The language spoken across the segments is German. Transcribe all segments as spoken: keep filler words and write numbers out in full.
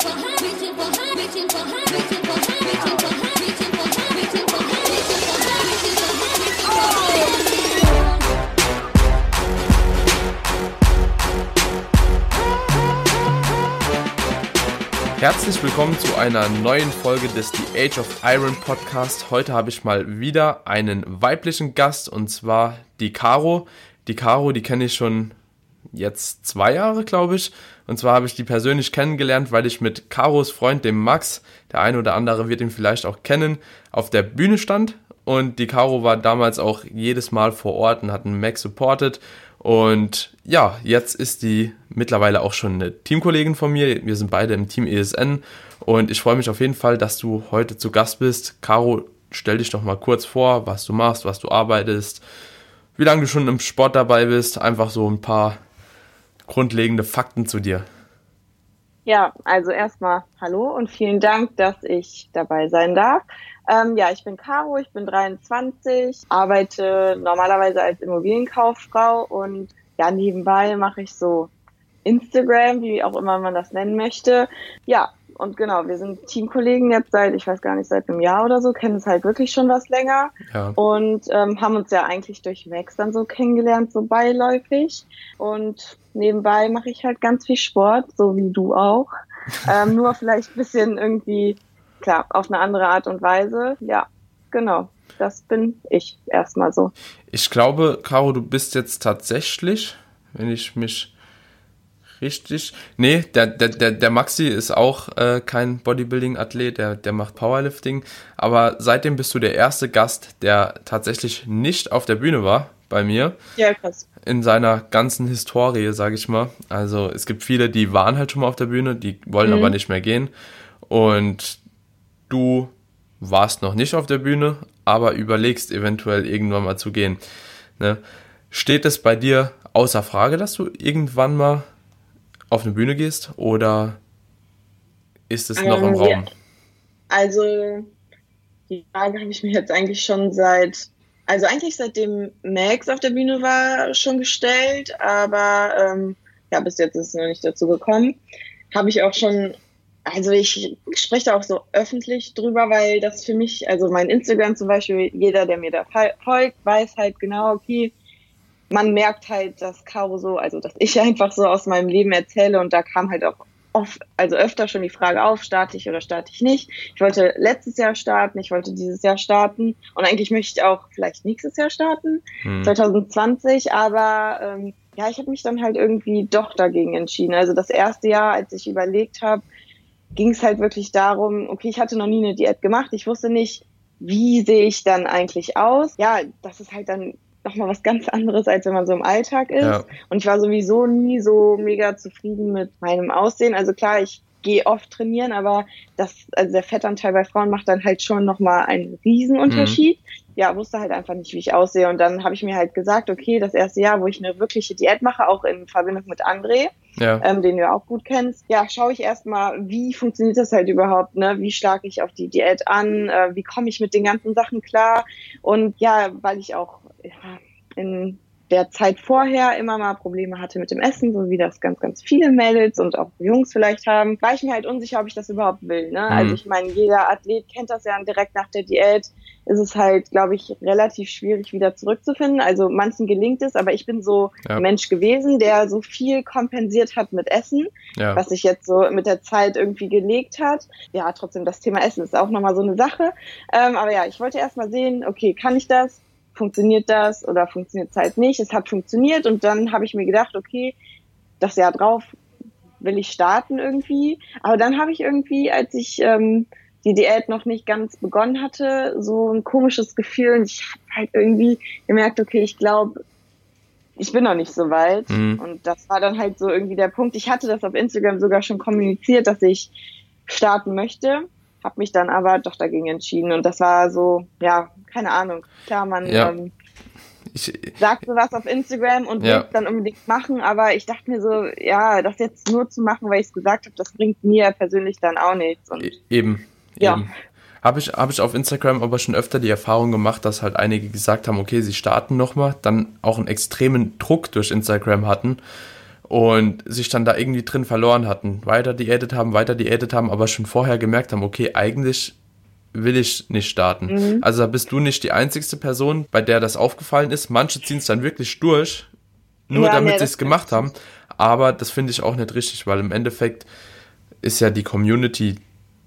Herzlich willkommen zu einer neuen Folge des The Age of Iron Podcast. Heute habe ich mal wieder einen weiblichen Gast und zwar die Caro. Die Caro, die kenne ich schon jetzt zwei Jahre, glaube ich. Und zwar habe ich die persönlich kennengelernt, weil ich mit Caros Freund, dem Max, der eine oder andere wird ihn vielleicht auch kennen, auf der Bühne stand. Und die Caro war damals auch jedes Mal vor Ort und hat einen Max supportet. Und ja, jetzt ist die mittlerweile auch schon eine Teamkollegin von mir. Wir sind beide im Team E S N und ich freue mich auf jeden Fall, dass du heute zu Gast bist. Caro, stell dich doch mal kurz vor, was du machst, was du arbeitest, wie lange du schon im Sport dabei bist. Einfach so ein paar grundlegende Fakten zu dir. Ja, also erstmal hallo und vielen Dank, dass ich dabei sein darf. Ähm, ja, ich bin Caro, ich bin dreiundzwanzig, arbeite normalerweise als Immobilienkauffrau und ja, nebenbei mache ich so Instagram, wie auch immer man das nennen möchte. Ja, und genau, wir sind Teamkollegen jetzt seit, ich weiß gar nicht, seit einem Jahr oder so, kennen es halt wirklich schon was länger Ja. und ähm, haben uns ja eigentlich durch Max dann so kennengelernt, so beiläufig. Und nebenbei mache ich halt ganz viel Sport, so wie du auch. ähm, nur vielleicht ein bisschen irgendwie, klar, auf eine andere Art und Weise. Ja, genau, das bin ich erstmal so. Ich glaube, Caro, du bist jetzt tatsächlich, wenn ich mich richtig... Nee, der, der, der, der Maxi ist auch äh, kein Bodybuilding-Athlet, der, der macht Powerlifting. Aber seitdem bist du der erste Gast, der tatsächlich nicht auf der Bühne war bei mir. Ja, krass. In seiner ganzen Historie, sage ich mal. Also es gibt viele, die waren halt schon mal auf der Bühne, die wollen Mhm. aber nicht mehr gehen. Und du warst noch nicht auf der Bühne, aber überlegst eventuell irgendwann mal zu gehen. Ne? Steht es bei dir außer Frage, dass du irgendwann mal auf eine Bühne gehst oder ist es noch im Ähm, Raum? ja. Also die Frage habe ich mir jetzt eigentlich schon seit, also eigentlich seitdem Max auf der Bühne war, schon gestellt, aber ähm, ja, bis jetzt ist es noch nicht dazu gekommen. Habe ich auch schon, also ich spreche da auch so öffentlich drüber, weil das für mich, also mein Instagram zum Beispiel, jeder, der mir da folgt, weiß halt genau, okay, man merkt halt, dass Caro so, also dass ich einfach so aus meinem Leben erzähle und da kam halt auch oft, also öfter schon die Frage auf, starte ich oder starte ich nicht. Ich wollte letztes Jahr starten, ich wollte dieses Jahr starten und eigentlich möchte ich auch vielleicht nächstes Jahr starten, Hm. zwanzig zwanzig, aber ähm, ja, ich habe mich dann halt irgendwie doch dagegen entschieden. Also das erste Jahr, als ich überlegt habe, ging es halt wirklich darum, okay, ich hatte noch nie eine Diät gemacht, ich wusste nicht, wie sehe ich dann eigentlich aus. Ja, das ist halt dann nochmal was ganz anderes, als wenn man so im Alltag ist. Ja. Und ich war sowieso nie so mega zufrieden mit meinem Aussehen. Also klar, ich gehe oft trainieren, aber das, also der Fettanteil bei Frauen macht dann halt schon nochmal einen Riesenunterschied. Mhm. Ja, wusste halt einfach nicht, wie ich aussehe. Und dann habe ich mir halt gesagt, okay, das erste Jahr, wo ich eine wirkliche Diät mache, auch in Verbindung mit André, Ja. ähm, den du auch gut kennst, ja, schaue ich erstmal, wie funktioniert das halt überhaupt, ne? Wie schlage ich auf die Diät an? Äh, wie komme ich mit den ganzen Sachen klar? Und ja, weil ich auch ja, in der Zeit vorher immer mal Probleme hatte mit dem Essen, so wie das ganz, ganz viele Mädels und auch Jungs vielleicht haben, war ich mir halt unsicher, ob ich das überhaupt will. Ne? Mhm. Also ich meine, jeder Athlet kennt das ja, direkt nach der Diät ist es halt, glaube ich, relativ schwierig wieder zurückzufinden. Also manchen gelingt es, aber ich bin so Ja. ein Mensch gewesen, der so viel kompensiert hat mit Essen, Ja. was sich jetzt so mit der Zeit irgendwie gelegt hat. Ja, trotzdem, das Thema Essen ist auch nochmal so eine Sache. Ähm, aber ja, ich wollte erst mal sehen, okay, kann ich das? Funktioniert das oder funktioniert es halt nicht? Es hat funktioniert und dann habe ich mir gedacht, okay, das Jahr drauf will ich starten irgendwie. Aber dann habe ich irgendwie, als ich ähm, die Diät noch nicht ganz begonnen hatte, so ein komisches Gefühl und ich habe halt irgendwie gemerkt, okay, ich glaube, ich bin noch nicht so weit. Mhm. Und das war dann halt so irgendwie der Punkt. Ich hatte das auf Instagram sogar schon kommuniziert, dass ich starten möchte, habe mich dann aber doch dagegen entschieden und das war so, ja, keine Ahnung. Klar, man Ja. ähm, Ich, sagt sowas auf Instagram und Ja. will es dann unbedingt machen, aber ich dachte mir so, ja, das jetzt nur zu machen, weil ich es gesagt habe, das bringt mir persönlich dann auch nichts. Und eben. Ja. Eben. Habe ich, hab ich auf Instagram aber schon öfter die Erfahrung gemacht, dass halt einige gesagt haben, okay, sie starten nochmal, dann auch einen extremen Druck durch Instagram hatten und sich dann da irgendwie drin verloren hatten, weiter diätet haben, weiter diätet haben, aber schon vorher gemerkt haben, okay, eigentlich will ich nicht starten. Mhm. Also da bist du nicht die einzigste Person, bei der das aufgefallen ist. Manche ziehen es dann wirklich durch, nur ja, damit nee, sie es gemacht haben, aber das finde ich auch nicht richtig, weil im Endeffekt ist ja die Community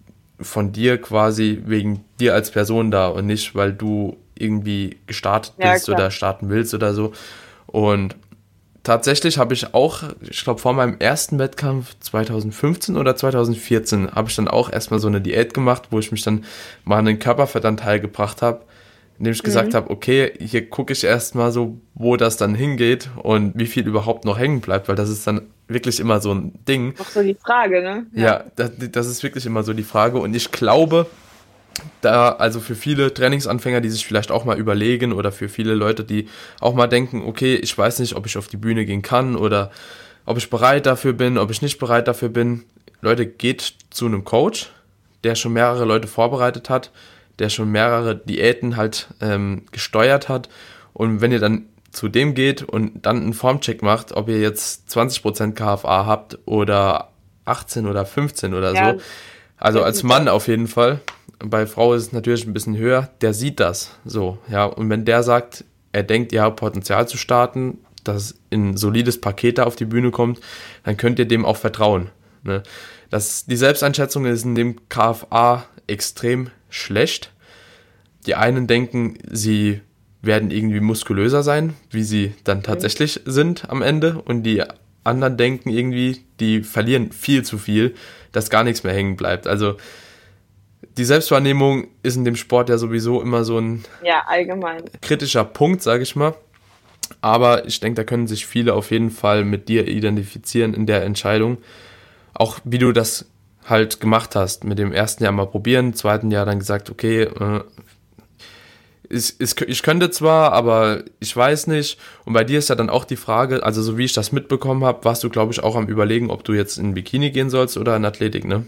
von dir quasi wegen dir als Person da und nicht, weil du irgendwie gestartet bist ja, oder starten willst oder so. Und tatsächlich habe ich auch, ich glaube vor meinem ersten Wettkampf zwanzig fünfzehn oder zwanzig vierzehn, habe ich dann auch erstmal so eine Diät gemacht, wo ich mich dann mal an den Körperfettanteil gebracht habe, indem ich mhm. gesagt habe, okay, hier gucke ich erstmal so, wo das dann hingeht und wie viel überhaupt noch hängen bleibt, weil das ist dann wirklich immer so ein Ding. Auch so die Frage, ne? Ja, ja das, das ist wirklich immer so die Frage und ich glaube, da, also für viele Trainingsanfänger, die sich vielleicht auch mal überlegen oder für viele Leute, die auch mal denken, okay, ich weiß nicht, ob ich auf die Bühne gehen kann oder ob ich bereit dafür bin, ob ich nicht bereit dafür bin. Leute, geht zu einem Coach, der schon mehrere Leute vorbereitet hat, der schon mehrere Diäten halt ähm, gesteuert hat und wenn ihr dann zu dem geht und dann einen Formcheck macht, ob ihr jetzt zwanzig Prozent K F A habt oder achtzehn oder fünfzehn oder ja, so, also als Mann auf jeden Fall, bei Frau ist es natürlich ein bisschen höher, der sieht das so, ja, und wenn der sagt, er denkt, ihr habt Potenzial zu starten, dass ein solides Paket da auf die Bühne kommt, dann könnt ihr dem auch vertrauen, ne? Das, die Selbsteinschätzung ist in dem K F A extrem schlecht. Die einen denken, sie werden irgendwie muskulöser sein, wie sie dann tatsächlich mhm. sind am Ende, und die anderen denken irgendwie, die verlieren viel zu viel, dass gar nichts mehr hängen bleibt. Also die Selbstwahrnehmung ist in dem Sport ja sowieso immer so ein ja, allgemein kritischer Punkt, sage ich mal. Aber ich denke, da können sich viele auf jeden Fall mit dir identifizieren in der Entscheidung. Auch wie du das halt gemacht hast, mit dem ersten Jahr mal probieren, zweiten Jahr dann gesagt, okay, äh, ist, ist, ich könnte zwar, aber ich weiß nicht. Und bei dir ist ja dann auch die Frage, also so wie ich das mitbekommen habe, warst du, glaube ich, auch am Überlegen, ob du jetzt in Bikini gehen sollst oder in Athletik, ne?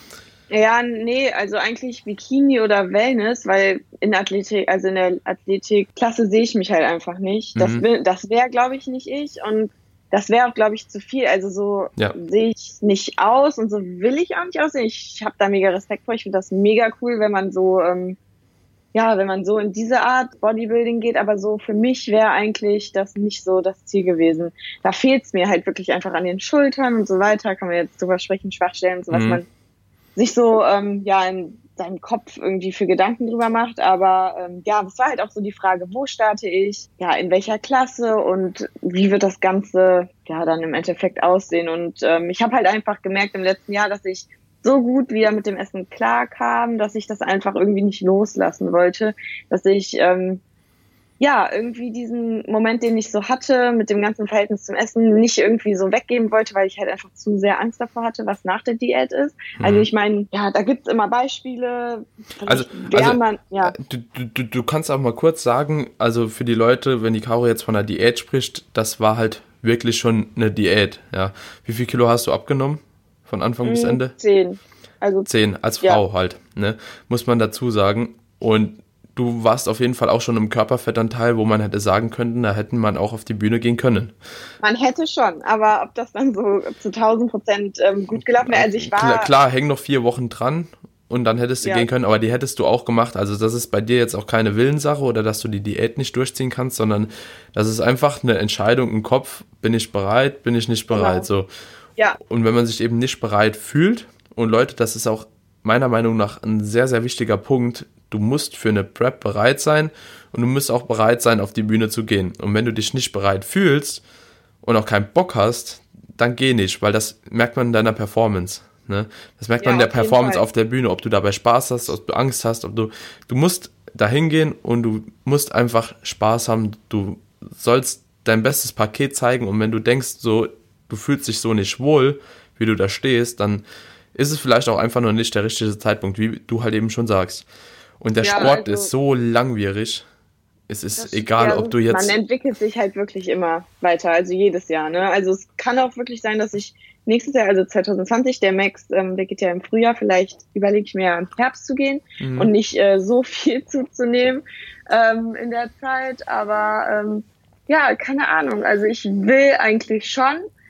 Ja, nee, also eigentlich Bikini oder Wellness, weil in Athletik, also in der Athletikklasse sehe ich mich halt einfach nicht. Das, mhm. das wäre, glaube ich, nicht ich und das wäre auch, glaube ich, zu viel. Also so ja. sehe ich nicht aus und so will ich auch nicht aussehen. Ich habe da mega Respekt vor. Ich finde das mega cool, wenn man so, ähm, ja, wenn man so in diese Art Bodybuilding geht. Aber so für mich wäre eigentlich das nicht so das Ziel gewesen. Da fehlt es mir halt wirklich einfach an den Schultern und so weiter. Kann man jetzt drüber sprechen, Schwachstellen und so, was mhm. man sich so ähm, ja in seinem Kopf irgendwie für Gedanken drüber macht, aber ähm, ja, das war halt auch so die Frage, wo starte ich, ja, in welcher Klasse und wie wird das Ganze ja dann im Endeffekt aussehen, und ähm, ich habe halt einfach gemerkt im letzten Jahr, dass ich so gut wieder mit dem Essen klarkam, dass ich das einfach irgendwie nicht loslassen wollte, dass ich ähm, ja, irgendwie diesen Moment, den ich so hatte, mit dem ganzen Verhältnis zum Essen, nicht irgendwie so weggeben wollte, weil ich halt einfach zu sehr Angst davor hatte, was nach der Diät ist. Mhm. Also ich meine, ja, da gibt's immer Beispiele. Also, also man, ja. du, du, du kannst auch mal kurz sagen, also für die Leute, wenn die Caro jetzt von einer Diät spricht, das war halt wirklich schon eine Diät, ja. Wie viel Kilo hast du abgenommen von Anfang mhm, bis Ende? Zehn. Also zehn, als Frau ja. halt, ne, muss man dazu sagen. Und du warst auf jeden Fall auch schon im Körperfettanteil, wo man hätte sagen können, da hätten man auch auf die Bühne gehen können. Man hätte schon, aber ob das dann so zu tausend Prozent ähm, gut gelaufen wäre, also ich war... Klar, klar, hängen noch vier Wochen dran und dann hättest du ja. gehen können, aber die hättest du auch gemacht. Also das ist bei dir jetzt auch keine Willenssache oder dass du die Diät nicht durchziehen kannst, sondern das ist einfach eine Entscheidung im Kopf, bin ich bereit, bin ich nicht bereit. Genau. So. Ja. Und wenn man sich eben nicht bereit fühlt, und Leute, das ist auch meiner Meinung nach ein sehr, sehr wichtiger Punkt, du musst für eine Prep bereit sein und du musst auch bereit sein, auf die Bühne zu gehen. Und wenn du dich nicht bereit fühlst und auch keinen Bock hast, dann geh nicht, weil das merkt man in deiner Performance. Ne? Das merkt man ja, in der Performance auf der Bühne, ob du dabei Spaß hast, ob du Angst hast, ob du, du musst da hingehen und du musst einfach Spaß haben. Du sollst dein bestes Paket zeigen, und wenn du denkst, so, du fühlst dich so nicht wohl, wie du da stehst, dann ist es vielleicht auch einfach nur nicht der richtige Zeitpunkt, wie du halt eben schon sagst. Und der ja, Sport also, ist so langwierig. Es ist egal, ja, ob du jetzt... Man entwickelt sich halt wirklich immer weiter, also jedes Jahr. Ne? Also es kann auch wirklich sein, dass ich nächstes Jahr, also zwanzig zwanzig, der Max, ähm, der geht ja im Frühjahr, vielleicht überlege ich mir im Herbst zu gehen mhm. und nicht äh, so viel zuzunehmen ähm, in der Zeit. Aber ähm, ja, keine Ahnung. Also ich will eigentlich schon,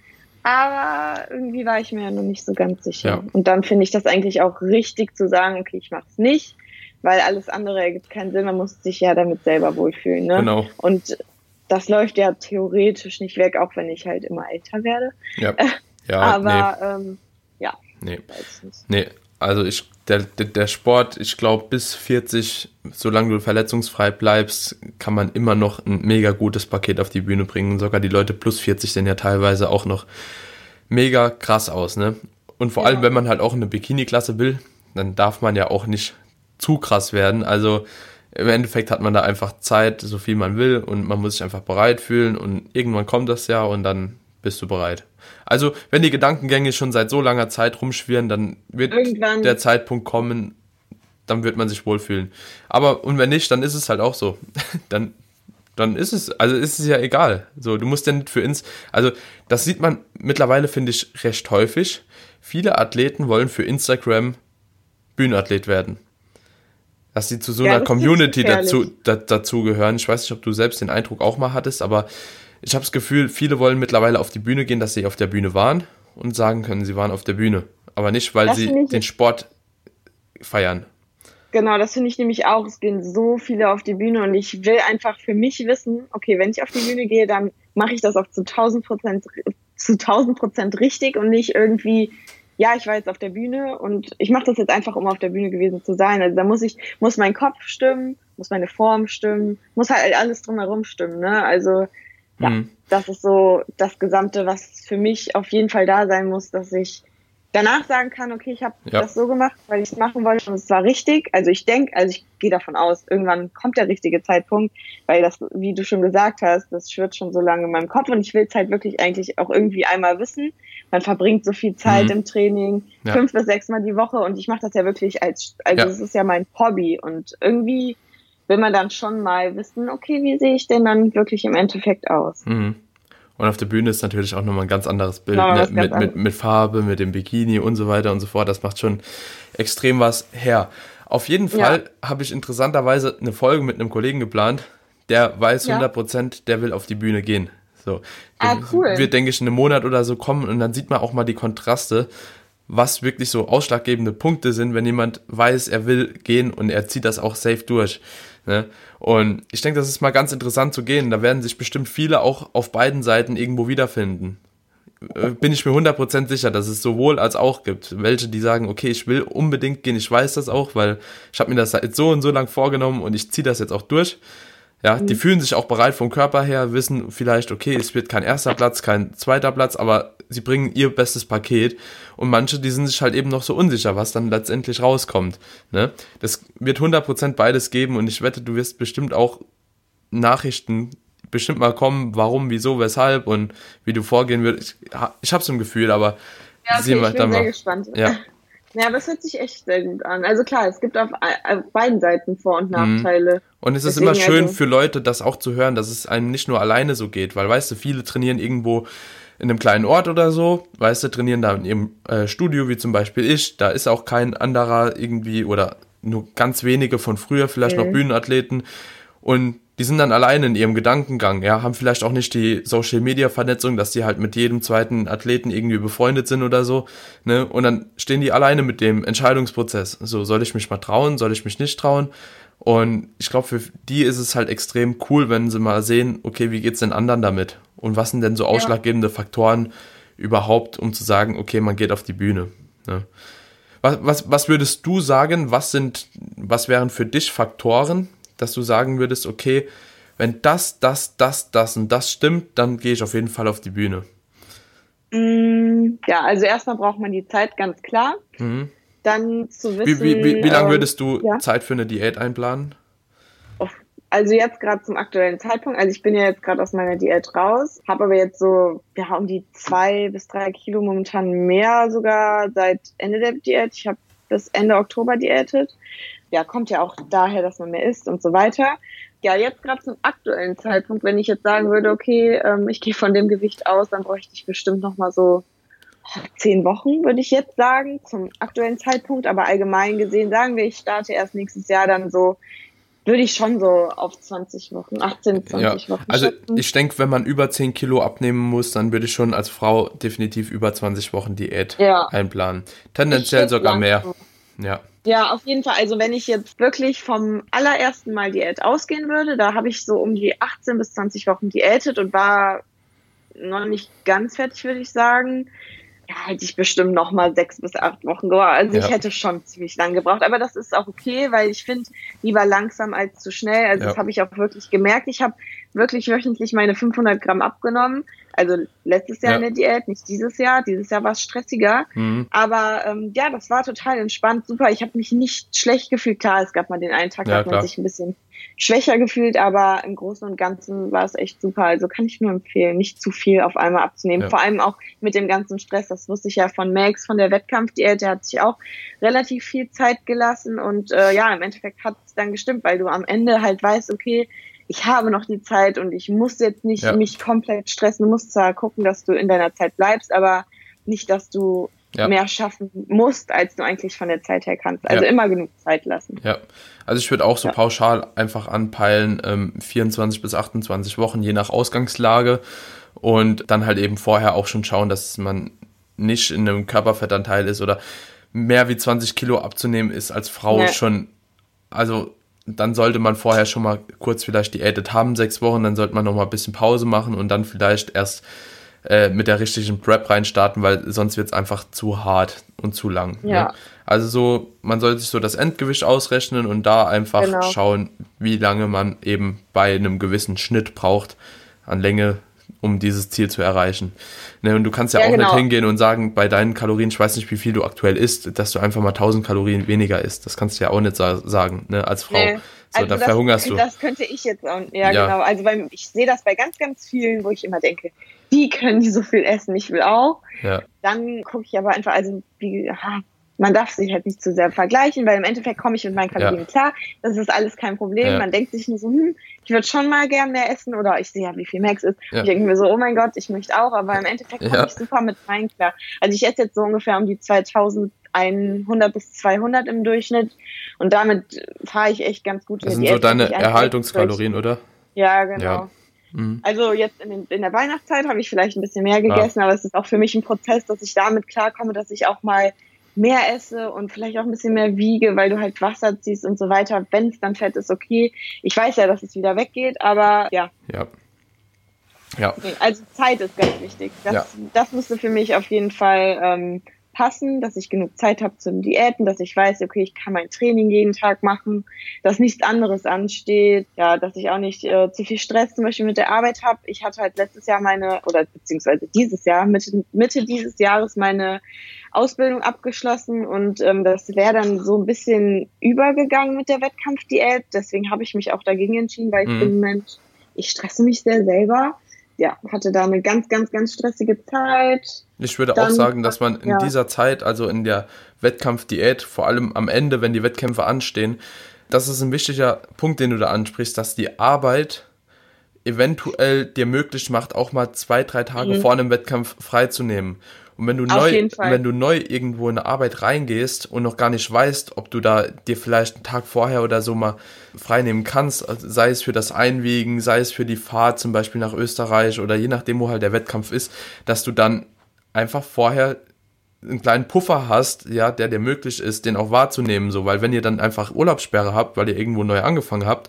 aber irgendwie war ich mir ja noch nicht so ganz sicher. Ja. Und dann finde ich das eigentlich auch richtig zu sagen, okay, ich mache es nicht, weil alles andere ergibt keinen Sinn, man muss sich ja damit selber wohlfühlen. Ne? Genau. Und das läuft ja theoretisch nicht weg, auch wenn ich halt immer älter werde. Ja, ja aber nee. ähm, ja, nee. weiß nicht. Nee, also ich, der, der, der Sport, ich glaube bis vierzig, solange du verletzungsfrei bleibst, kann man immer noch ein mega gutes Paket auf die Bühne bringen. Sogar die Leute plus vierzig sehen ja teilweise auch noch mega krass aus, ne? Und vor Ja. allem, wenn man halt auch eine Bikini-Klasse will, dann darf man ja auch nicht zu krass werden. Also im Endeffekt hat man da einfach Zeit, so viel man will, und man muss sich einfach bereit fühlen, und irgendwann kommt das ja und dann bist du bereit. Also wenn die Gedankengänge schon seit so langer Zeit rumschwirren, dann wird Irgendwann. der Zeitpunkt kommen, dann wird man sich wohlfühlen. Aber und wenn nicht, dann ist es halt auch so. dann dann ist es, also ist es ja egal. So, du musst ja nicht für ins, also das sieht man mittlerweile, finde ich, recht häufig. Viele Athleten wollen für Instagram Bühnenathlet werden. Dass sie zu so Ja, einer das Community ist gefährlich. dazu, da, dazugehören. Ich weiß nicht, ob du selbst den Eindruck auch mal hattest, aber ich habe das Gefühl, viele wollen mittlerweile auf die Bühne gehen, dass sie auf der Bühne waren und sagen können, sie waren auf der Bühne. Aber nicht, weil Das sie finde ich- den Sport feiern. Genau, das finde ich nämlich auch. Es gehen so viele auf die Bühne und ich will einfach für mich wissen, okay, wenn ich auf die Bühne gehe, dann mache ich das auch zu tausend Prozent, zu tausend Prozent richtig und nicht irgendwie, ja, ich war jetzt auf der Bühne und ich mache das jetzt einfach, um auf der Bühne gewesen zu sein. Also da muss ich, muss mein Kopf stimmen, muss meine Form stimmen, muss halt alles drumherum stimmen, ne? Also, ja, Mhm. das ist so das Gesamte, was für mich auf jeden Fall da sein muss, dass ich danach sagen kann, okay, ich habe Ja. das so gemacht, weil ich es machen wollte und es war richtig. Also ich denke, also ich gehe davon aus, irgendwann kommt der richtige Zeitpunkt, weil das, wie du schon gesagt hast, das schwirrt schon so lange in meinem Kopf und ich will es halt wirklich eigentlich auch irgendwie einmal wissen. Man verbringt so viel Zeit Mhm. im Training, Ja. fünf bis sechs Mal die Woche und ich mache das ja wirklich als, also Ja. es ist ja mein Hobby und irgendwie will man dann schon mal wissen, okay, wie sehe ich denn dann wirklich im Endeffekt aus? Mhm. Und auf der Bühne ist natürlich auch nochmal ein ganz anderes Bild, Nochmal ne? was ganz mit, mit, anderes. mit Farbe, mit dem Bikini und so weiter und so fort. Das macht schon extrem was her. Auf jeden Fall habe ich interessanterweise eine Folge mit einem Kollegen geplant, der weiß Ja. hundert Prozent, der will auf die Bühne gehen. So. Ah, Das cool. wird, denke ich, in einem Monat oder so kommen, und dann sieht man auch mal die Kontraste, was wirklich so ausschlaggebende Punkte sind, wenn jemand weiß, er will gehen und er zieht das auch safe durch. Ne? Und ich denke, das ist mal ganz interessant zu gehen. Da werden sich bestimmt viele auch auf beiden Seiten irgendwo wiederfinden. Äh, Bin ich mir hundert Prozent sicher, dass es sowohl als auch gibt. Welche, die sagen, okay, ich will unbedingt gehen, ich weiß das auch, weil ich habe mir das seit so und so lang vorgenommen und ich ziehe das jetzt auch durch. Ja, die fühlen sich auch bereit vom Körper her, wissen vielleicht, okay, es wird kein erster Platz, kein zweiter Platz, aber sie bringen ihr bestes Paket, und manche, die sind sich halt eben noch so unsicher, was dann letztendlich rauskommt. Ne? Das wird hundert Prozent beides geben, und ich wette, du wirst bestimmt auch Nachrichten bestimmt mal kommen, warum, wieso, weshalb und wie du vorgehen würdest. Ich, ich habe so ein Gefühl, aber Ja, okay, sehen wir ich bin dann sehr mal. gespannt. Ja. Ja, aber es hört sich echt sehr gut an. Also klar, es gibt auf, auf beiden Seiten Vor- und Nachteile. Und es ist Deswegen immer schön also- für Leute, das auch zu hören, dass es einem nicht nur alleine so geht, weil, weißt du, viele trainieren irgendwo in einem kleinen Ort oder so, weißt du, trainieren da in ihrem äh, Studio, wie zum Beispiel ich, da ist auch kein anderer irgendwie oder nur ganz wenige von früher vielleicht Mhm. noch Bühnenathleten, und die sind dann alleine in ihrem Gedankengang, ja, haben vielleicht auch nicht die Social-Media-Vernetzung, dass die halt mit jedem zweiten Athleten irgendwie befreundet sind oder so, ne, und dann stehen die alleine mit dem Entscheidungsprozess, so, soll ich mich mal trauen, soll ich mich nicht trauen, und ich glaube, für die ist es halt extrem cool, wenn sie mal sehen, okay, wie geht's den anderen damit, und was sind denn so ausschlaggebende Faktoren überhaupt, um zu sagen, okay, man geht auf die Bühne, ne. Was, was, was würdest du sagen, was sind, was wären für dich Faktoren, dass du sagen würdest, okay, wenn das, das, das, das und das stimmt, dann gehe ich auf jeden Fall auf die Bühne. Mm, Ja, also erstmal braucht man die Zeit, ganz klar. Mhm. Dann zu Wie, wissen... wie, wie, wie lange ähm, würdest du ja. Zeit für eine Diät einplanen? Also jetzt gerade zum aktuellen Zeitpunkt, also ich bin ja jetzt gerade aus meiner Diät raus, habe aber jetzt so ja um die zwei bis drei Kilo momentan mehr sogar seit Ende der Diät. Ich habe bis Ende Oktober diätet. Ja, kommt ja auch daher, dass man mehr isst und so weiter. Ja, jetzt gerade zum aktuellen Zeitpunkt, wenn ich jetzt sagen würde, okay, ähm, ich gehe von dem Gewicht aus, dann bräuchte ich bestimmt noch mal so zehn Wochen, würde ich jetzt sagen, zum aktuellen Zeitpunkt. Aber allgemein gesehen sagen wir, ich starte erst nächstes Jahr dann so würde ich schon so auf zwanzig Wochen, achtzehn, zwanzig ja. Wochen Also schätzen. ich denke, wenn man über zehn Kilo abnehmen muss, dann würde ich schon als Frau definitiv über zwanzig Wochen Diät ja. einplanen. Tendenziell sogar mehr. Ja. Ja, auf jeden Fall. Also wenn ich jetzt wirklich vom allerersten Mal Diät ausgehen würde, da habe ich so um die achtzehn bis zwanzig Wochen diätet und war noch nicht ganz fertig, würde ich sagen. Ja, hätte ich bestimmt noch mal sechs bis acht Wochen gebraucht. Also ja. Ich hätte schon ziemlich lang gebraucht. Aber das ist auch okay, weil ich finde, lieber langsam als zu schnell. Also ja. Das habe ich auch wirklich gemerkt. Ich habe wirklich wöchentlich meine fünfhundert Gramm abgenommen. Also letztes Jahr ja. in der Diät, nicht dieses Jahr. Dieses Jahr war es stressiger. Mhm. Aber ähm, ja, das war total entspannt. Super. Ich habe mich nicht schlecht gefühlt. Klar, es gab mal den einen Tag, da ja, hat man klar. sich ein bisschen schwächer gefühlt, aber im Großen und Ganzen war es echt super. Also kann ich nur empfehlen, nicht zu viel auf einmal abzunehmen. Ja. Vor allem auch mit dem ganzen Stress. Das wusste ich ja von Max, von der Wettkampfdiät. Der hat sich auch relativ viel Zeit gelassen. Und äh, ja, im Endeffekt hat es dann gestimmt, weil du am Ende halt weißt, okay, ich habe noch die Zeit und ich muss jetzt nicht ja. mich komplett stressen. Du musst zwar gucken, dass du in deiner Zeit bleibst, aber nicht, dass du ja. mehr schaffen musst, als du eigentlich von der Zeit her kannst. Also ja. immer genug Zeit lassen. Ja, also ich würde auch so ja. pauschal einfach anpeilen, ähm, vierundzwanzig bis achtundzwanzig Wochen, je nach Ausgangslage. Und dann halt eben vorher auch schon schauen, dass man nicht in einem Körperfettanteil ist oder mehr wie zwanzig Kilo abzunehmen ist als Frau ja. schon, also dann sollte man vorher schon mal kurz vielleicht diätet haben, sechs Wochen, dann sollte man noch mal ein bisschen Pause machen und dann vielleicht erst äh, mit der richtigen Prep reinstarten, weil sonst wird es einfach zu hart und zu lang. Ja. Ne? Also so, man sollte sich so das Endgewicht ausrechnen und da einfach genau. schauen, wie lange man eben bei einem gewissen Schnitt braucht an Länge, um dieses Ziel zu erreichen. Ne, und du kannst ja, ja auch genau. nicht hingehen und sagen, bei deinen Kalorien, ich weiß nicht, wie viel du aktuell isst, dass du einfach mal tausend Kalorien weniger isst. Das kannst du ja auch nicht sa- sagen, ne, als Frau. Nee. So, also da das, verhungerst du. Das könnte ich jetzt auch, ja, ja. genau. Also beim, ich sehe das bei ganz, ganz vielen, wo ich immer denke, die können die so viel essen, ich will auch. Ja. Dann gucke ich aber einfach, also wie, aha, man darf sich halt nicht zu sehr vergleichen, weil im Endeffekt komme ich mit meinen Kalorien ja. klar. Das ist alles kein Problem. Ja. Man denkt sich nur so, hm, ich würde schon mal gern mehr essen oder ich sehe ja, wie viel Max ist. Ja. Ich denke mir so, oh mein Gott, ich möchte auch, aber im Endeffekt komme ja. ich super mit rein klar. Also ich esse jetzt so ungefähr um die zweitausendeinhundert bis zweihundert im Durchschnitt und damit fahre ich echt ganz gut. Das sind so deine Erhaltungskalorien, oder? Ja, genau. Ja. Mhm. Also jetzt in, den, in der Weihnachtszeit habe ich vielleicht ein bisschen mehr gegessen, ah. aber es ist auch für mich ein Prozess, dass ich damit klarkomme, dass ich auch mal mehr esse und vielleicht auch ein bisschen mehr wiege, weil du halt Wasser ziehst und so weiter. Wenn es dann Fett ist, okay. Ich weiß ja, dass es wieder weggeht, aber ja. Ja. ja. Okay, also Zeit ist ganz wichtig. Das, ja. das müsste für mich auf jeden Fall ähm, passen, dass ich genug Zeit habe zum Diäten, dass ich weiß, okay, ich kann mein Training jeden Tag machen, dass nichts anderes ansteht, ja, dass ich auch nicht äh, zu viel Stress zum Beispiel mit der Arbeit habe. Ich hatte halt letztes Jahr meine, oder beziehungsweise dieses Jahr, Mitte, Mitte dieses Jahres meine Ausbildung abgeschlossen und ähm, das wäre dann so ein bisschen übergegangen mit der Wettkampfdiät. Deswegen habe ich mich auch dagegen entschieden, weil ich mhm. bin Mensch, ich stresse mich sehr selber. Ja, hatte da eine ganz, ganz, ganz stressige Zeit. Ich würde dann auch sagen, dass man in ja. dieser Zeit, also in der Wettkampfdiät, vor allem am Ende, wenn die Wettkämpfe anstehen, das ist ein wichtiger Punkt, den du da ansprichst, dass die Arbeit eventuell dir möglich macht, auch mal zwei, drei Tage mhm. vor einem Wettkampf freizunehmen. Und wenn du Auf neu, jeden Fall. wenn du neu irgendwo in eine Arbeit reingehst und noch gar nicht weißt, ob du da dir vielleicht einen Tag vorher oder so mal freinehmen kannst, also sei es für das Einwiegen, sei es für die Fahrt zum Beispiel nach Österreich oder je nachdem, wo halt der Wettkampf ist, dass du dann einfach vorher einen kleinen Puffer hast, ja, der dir möglich ist, den auch wahrzunehmen, so, weil wenn ihr dann einfach Urlaubssperre habt, weil ihr irgendwo neu angefangen habt,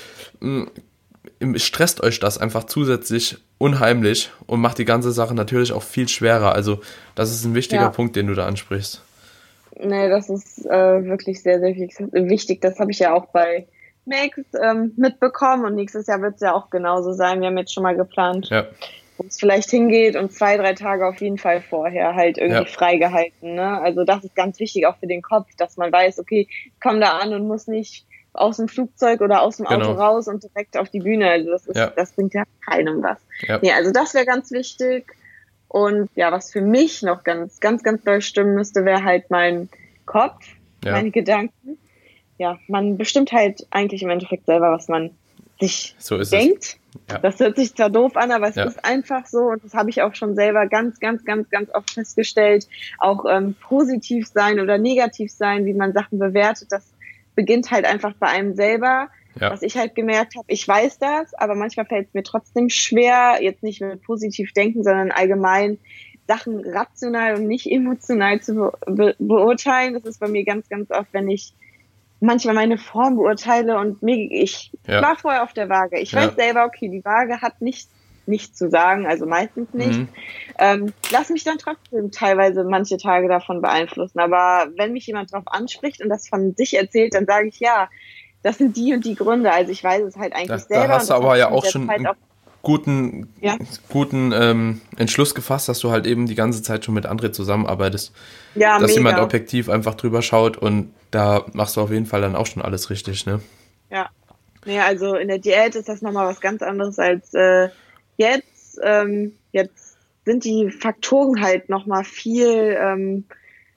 stresst euch das einfach zusätzlich unheimlich und macht die ganze Sache natürlich auch viel schwerer. Also das ist ein wichtiger ja. Punkt, den du da ansprichst. Nee, das ist äh, wirklich sehr, sehr wichtig. Das habe ich ja auch bei Max ähm, mitbekommen und nächstes Jahr wird es ja auch genauso sein. Wir haben jetzt schon mal geplant, ja. wo es vielleicht hingeht und zwei, drei Tage auf jeden Fall vorher halt irgendwie ja. freigehalten. Ne? Also das ist ganz wichtig auch für den Kopf, dass man weiß, okay, ich komme da an und muss nicht aus dem Flugzeug oder aus dem genau. Auto raus und direkt auf die Bühne. Also das ist, ja. das bringt ja keinem was. Ja. Nee, also das wäre ganz wichtig. Und ja, was für mich noch ganz, ganz, ganz doll stimmen müsste, wäre halt mein Kopf, ja. meine Gedanken. Ja, man bestimmt halt eigentlich im Endeffekt selber, was man sich so ist denkt. Ja. Das hört sich zwar doof an, aber es ja. ist einfach so und das habe ich auch schon selber ganz, ganz, ganz, ganz oft festgestellt. Auch ähm, positiv sein oder negativ sein, wie man Sachen bewertet, das beginnt halt einfach bei einem selber. Ja. Was ich halt gemerkt habe, ich weiß das, aber manchmal fällt es mir trotzdem schwer, jetzt nicht mit positiv denken, sondern allgemein Sachen rational und nicht emotional zu be- be- beurteilen. Das ist bei mir ganz, ganz oft, wenn ich manchmal meine Form beurteile und mir, ich Ja. war vorher auf der Waage. Ich Ja. weiß selber, okay, die Waage hat nicht nichts zu sagen, also meistens nicht. Mhm. Ähm, lass mich dann trotzdem teilweise manche Tage davon beeinflussen. Aber wenn mich jemand darauf anspricht und das von sich erzählt, dann sage ich, ja, das sind die und die Gründe. Also ich weiß es halt eigentlich Da, selber. da hast du und das aber hat ja mich mit auch der schon Zeit einen auch, guten, Ja. guten ähm, Entschluss gefasst, dass du halt eben die ganze Zeit schon mit André zusammenarbeitest. ja, dass mega. jemand objektiv einfach drüber schaut und da machst du auf jeden Fall dann auch schon alles richtig, ne? Ja. Nee, also in der Diät ist das nochmal was ganz anderes als äh, jetzt. Ähm, jetzt sind die Faktoren halt nochmal viel ähm,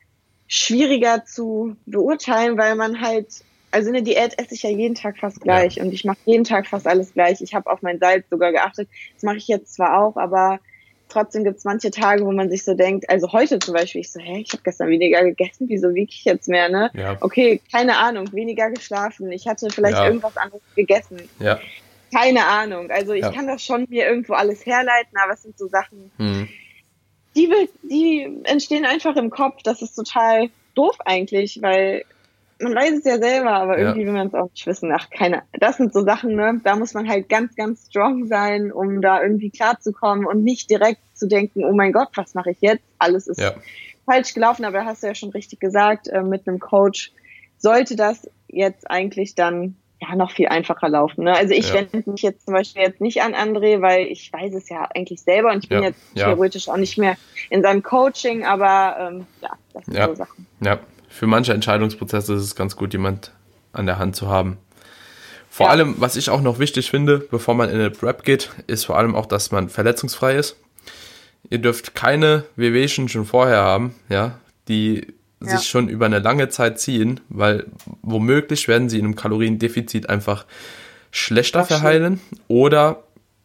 schwieriger zu beurteilen, weil man halt, also in der Diät esse ich ja jeden Tag fast gleich Ja. und ich mache jeden Tag fast alles gleich. Ich habe auf mein Salz sogar geachtet. Das mache ich jetzt zwar auch, aber trotzdem gibt es manche Tage, wo man sich so denkt, also heute zum Beispiel, ich so, hä, ich habe gestern weniger gegessen, wieso wiege ich jetzt mehr, ne? Ja. Okay, keine Ahnung, weniger geschlafen, ich hatte vielleicht Ja. irgendwas anderes gegessen. Ja. Keine Ahnung, also ich Ja. kann das schon mir irgendwo alles herleiten, aber es sind so Sachen, Hm. die, will- die entstehen einfach im Kopf. Das ist total doof eigentlich, weil man weiß es ja selber, aber Ja. irgendwie will man es auch nicht wissen. Ach, keine. Das sind so Sachen, ne? Da muss man halt ganz, ganz strong sein, um da irgendwie klarzukommen und nicht direkt zu denken, oh mein Gott, was mache ich jetzt? Alles ist Ja. falsch gelaufen, aber hast du ja schon richtig gesagt, äh, mit einem Coach sollte das jetzt eigentlich dann ja noch viel einfacher laufen. Ne? Also ich Ja. wende mich jetzt zum Beispiel jetzt nicht an André, weil ich weiß es ja eigentlich selber und ich bin Ja. jetzt Ja. theoretisch auch nicht mehr in seinem Coaching, aber ähm, ja, das sind Ja. so Sachen. Ja, für manche Entscheidungsprozesse ist es ganz gut, jemand an der Hand zu haben. Vor Ja. allem, was ich auch noch wichtig finde, bevor man in eine Prep geht, ist vor allem auch, dass man verletzungsfrei ist. Ihr dürft keine Wehwehchen schon vorher haben, ja, die Ja. sich schon über eine lange Zeit ziehen, weil womöglich werden sie in einem Kaloriendefizit einfach schlechter Ach, schlimm. verheilen oder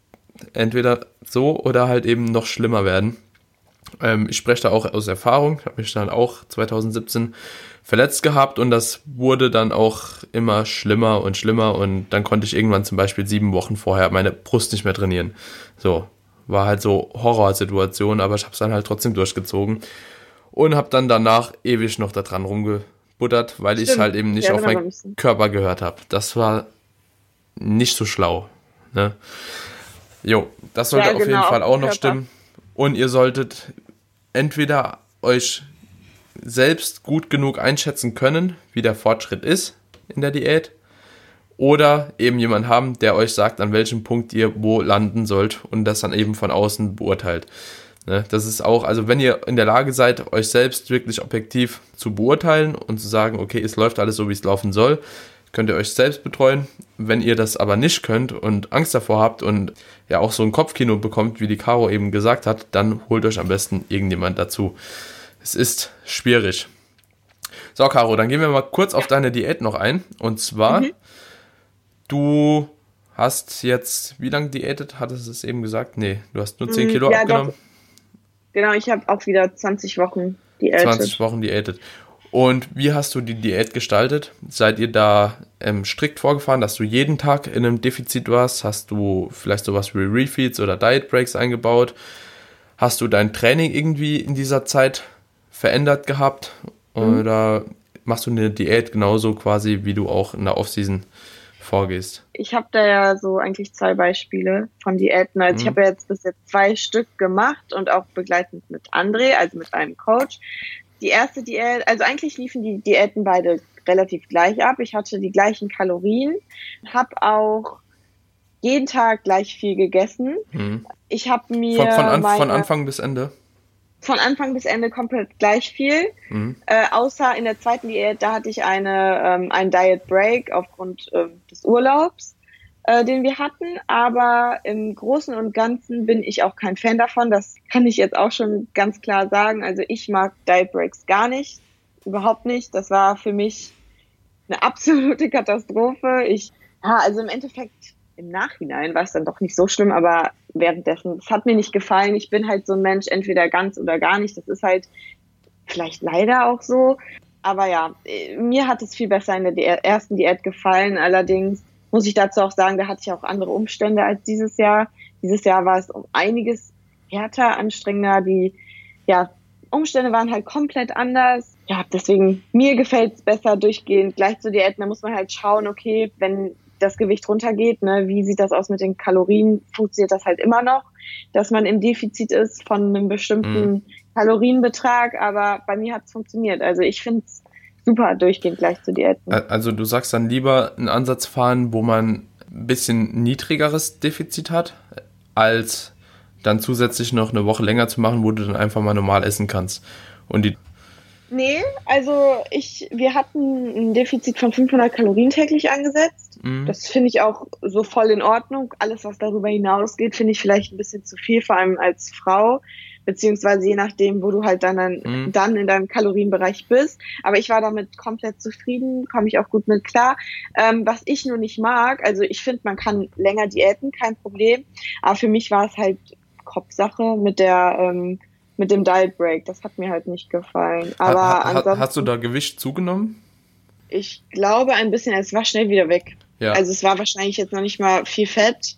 entweder so oder halt eben noch schlimmer werden. Ähm, ich spreche da auch aus Erfahrung, habe mich dann auch zwanzig siebzehn verletzt gehabt und das wurde dann auch immer schlimmer und schlimmer und dann konnte ich irgendwann zum Beispiel sieben Wochen vorher meine Brust nicht mehr trainieren. So, war halt so Horrorsituation, aber ich habe es dann halt trotzdem durchgezogen und habe dann danach ewig noch da dran rumgebuttert, weil ich Stimmt. halt eben nicht Ja, auf genau, meinen ein bisschen. Körper gehört habe. Das war nicht so schlau, ne? Jo, das sollte Ja, auf jeden genau, Fall auf auch den noch Körper. stimmen. Und ihr solltet entweder euch selbst gut genug einschätzen können, wie der Fortschritt ist in der Diät, oder eben jemanden haben, der euch sagt, an welchem Punkt ihr wo landen sollt und das dann eben von außen beurteilt. Ne, das ist auch, also wenn ihr in der Lage seid, euch selbst wirklich objektiv zu beurteilen und zu sagen, okay, es läuft alles so, wie es laufen soll, könnt ihr euch selbst betreuen. Wenn ihr das aber nicht könnt und Angst davor habt und ja auch so ein Kopfkino bekommt, wie die Caro eben gesagt hat, dann holt euch am besten irgendjemand dazu. Es ist schwierig. So, Caro, dann gehen wir mal kurz auf deine Diät noch ein. Und zwar, Mhm. du hast jetzt, wie lange diätet? Hattest du es eben gesagt? Nee, du hast nur zehn Mm, Kilo ja, abgenommen. doch. Genau, ich habe auch wieder zwanzig Wochen diätet. zwanzig Wochen diätet. Und wie hast du die Diät gestaltet? Seid ihr da ähm, strikt vorgefahren, dass du jeden Tag in einem Defizit warst? Hast du vielleicht sowas wie Refeeds oder Diet Breaks eingebaut? Hast du dein Training irgendwie in dieser Zeit verändert gehabt? Mhm. Oder machst du eine Diät genauso quasi, wie du auch in der Offseason vorgehst? Ich habe da ja so eigentlich zwei Beispiele von Diäten. Also Mhm. ich habe ja jetzt bis jetzt zwei Stück gemacht und auch begleitend mit André, also mit einem Coach. Die erste Diät, also eigentlich liefen die Diäten beide relativ gleich ab. Ich hatte die gleichen Kalorien, habe auch jeden Tag gleich viel gegessen. Mhm. Ich habe mir Von, von, an, meine, von Anfang bis Ende? von Anfang bis Ende komplett gleich viel. Mhm. Äh, außer in der zweiten Diät, da hatte ich eine, ähm, einen Diet Break aufgrund ähm, des Urlaubs, äh, den wir hatten. Aber im Großen und Ganzen bin ich auch kein Fan davon. Das kann ich jetzt auch schon ganz klar sagen. Also ich mag Diet Breaks gar nicht. Überhaupt nicht. Das war für mich eine absolute Katastrophe. Ich, ja, also im Endeffekt, im Nachhinein war es dann doch nicht so schlimm, aber währenddessen, es hat mir nicht gefallen. Ich bin halt so ein Mensch, entweder ganz oder gar nicht. Das ist halt vielleicht leider auch so. Aber ja, mir hat es viel besser in der Di- ersten Diät gefallen. Allerdings muss ich dazu auch sagen, da hatte ich auch andere Umstände als dieses Jahr. Dieses Jahr war es um einiges härter, anstrengender. Die ja, Umstände waren halt komplett anders. Ja, deswegen, mir gefällt es besser durchgehend gleich zu Diäten. Da muss man halt schauen, okay, wenn das Gewicht runtergeht, ne, wie sieht das aus mit den Kalorien? Funktioniert das halt immer noch, dass man im Defizit ist von einem bestimmten mhm. Kalorienbetrag? Aber bei mir hat es funktioniert. Also ich finde es super durchgehend gleich zu Diäten. Also du sagst dann lieber einen Ansatz fahren, wo man ein bisschen niedrigeres Defizit hat, als dann zusätzlich noch eine Woche länger zu machen, wo du dann einfach mal normal essen kannst. Und die Nee, also ich, wir hatten ein Defizit von fünfhundert Kalorien täglich angesetzt. Mhm. Das finde ich auch so voll in Ordnung. Alles, was darüber hinausgeht, finde ich vielleicht ein bisschen zu viel, vor allem als Frau, beziehungsweise je nachdem, wo du halt dann, dann, mhm. dann in deinem Kalorienbereich bist. Aber ich war damit komplett zufrieden, komme ich auch gut mit klar. Ähm, was ich nur nicht mag, also ich finde, man kann länger diäten, kein Problem. Aber für mich war es halt Kopfsache mit der ähm, mit dem Diet Break. Das hat mir halt nicht gefallen. Aber ha, ha, ansonsten, hast du da Gewicht zugenommen? Ich glaube ein bisschen, es war schnell wieder weg. Ja. Also es war wahrscheinlich jetzt noch nicht mal viel Fett.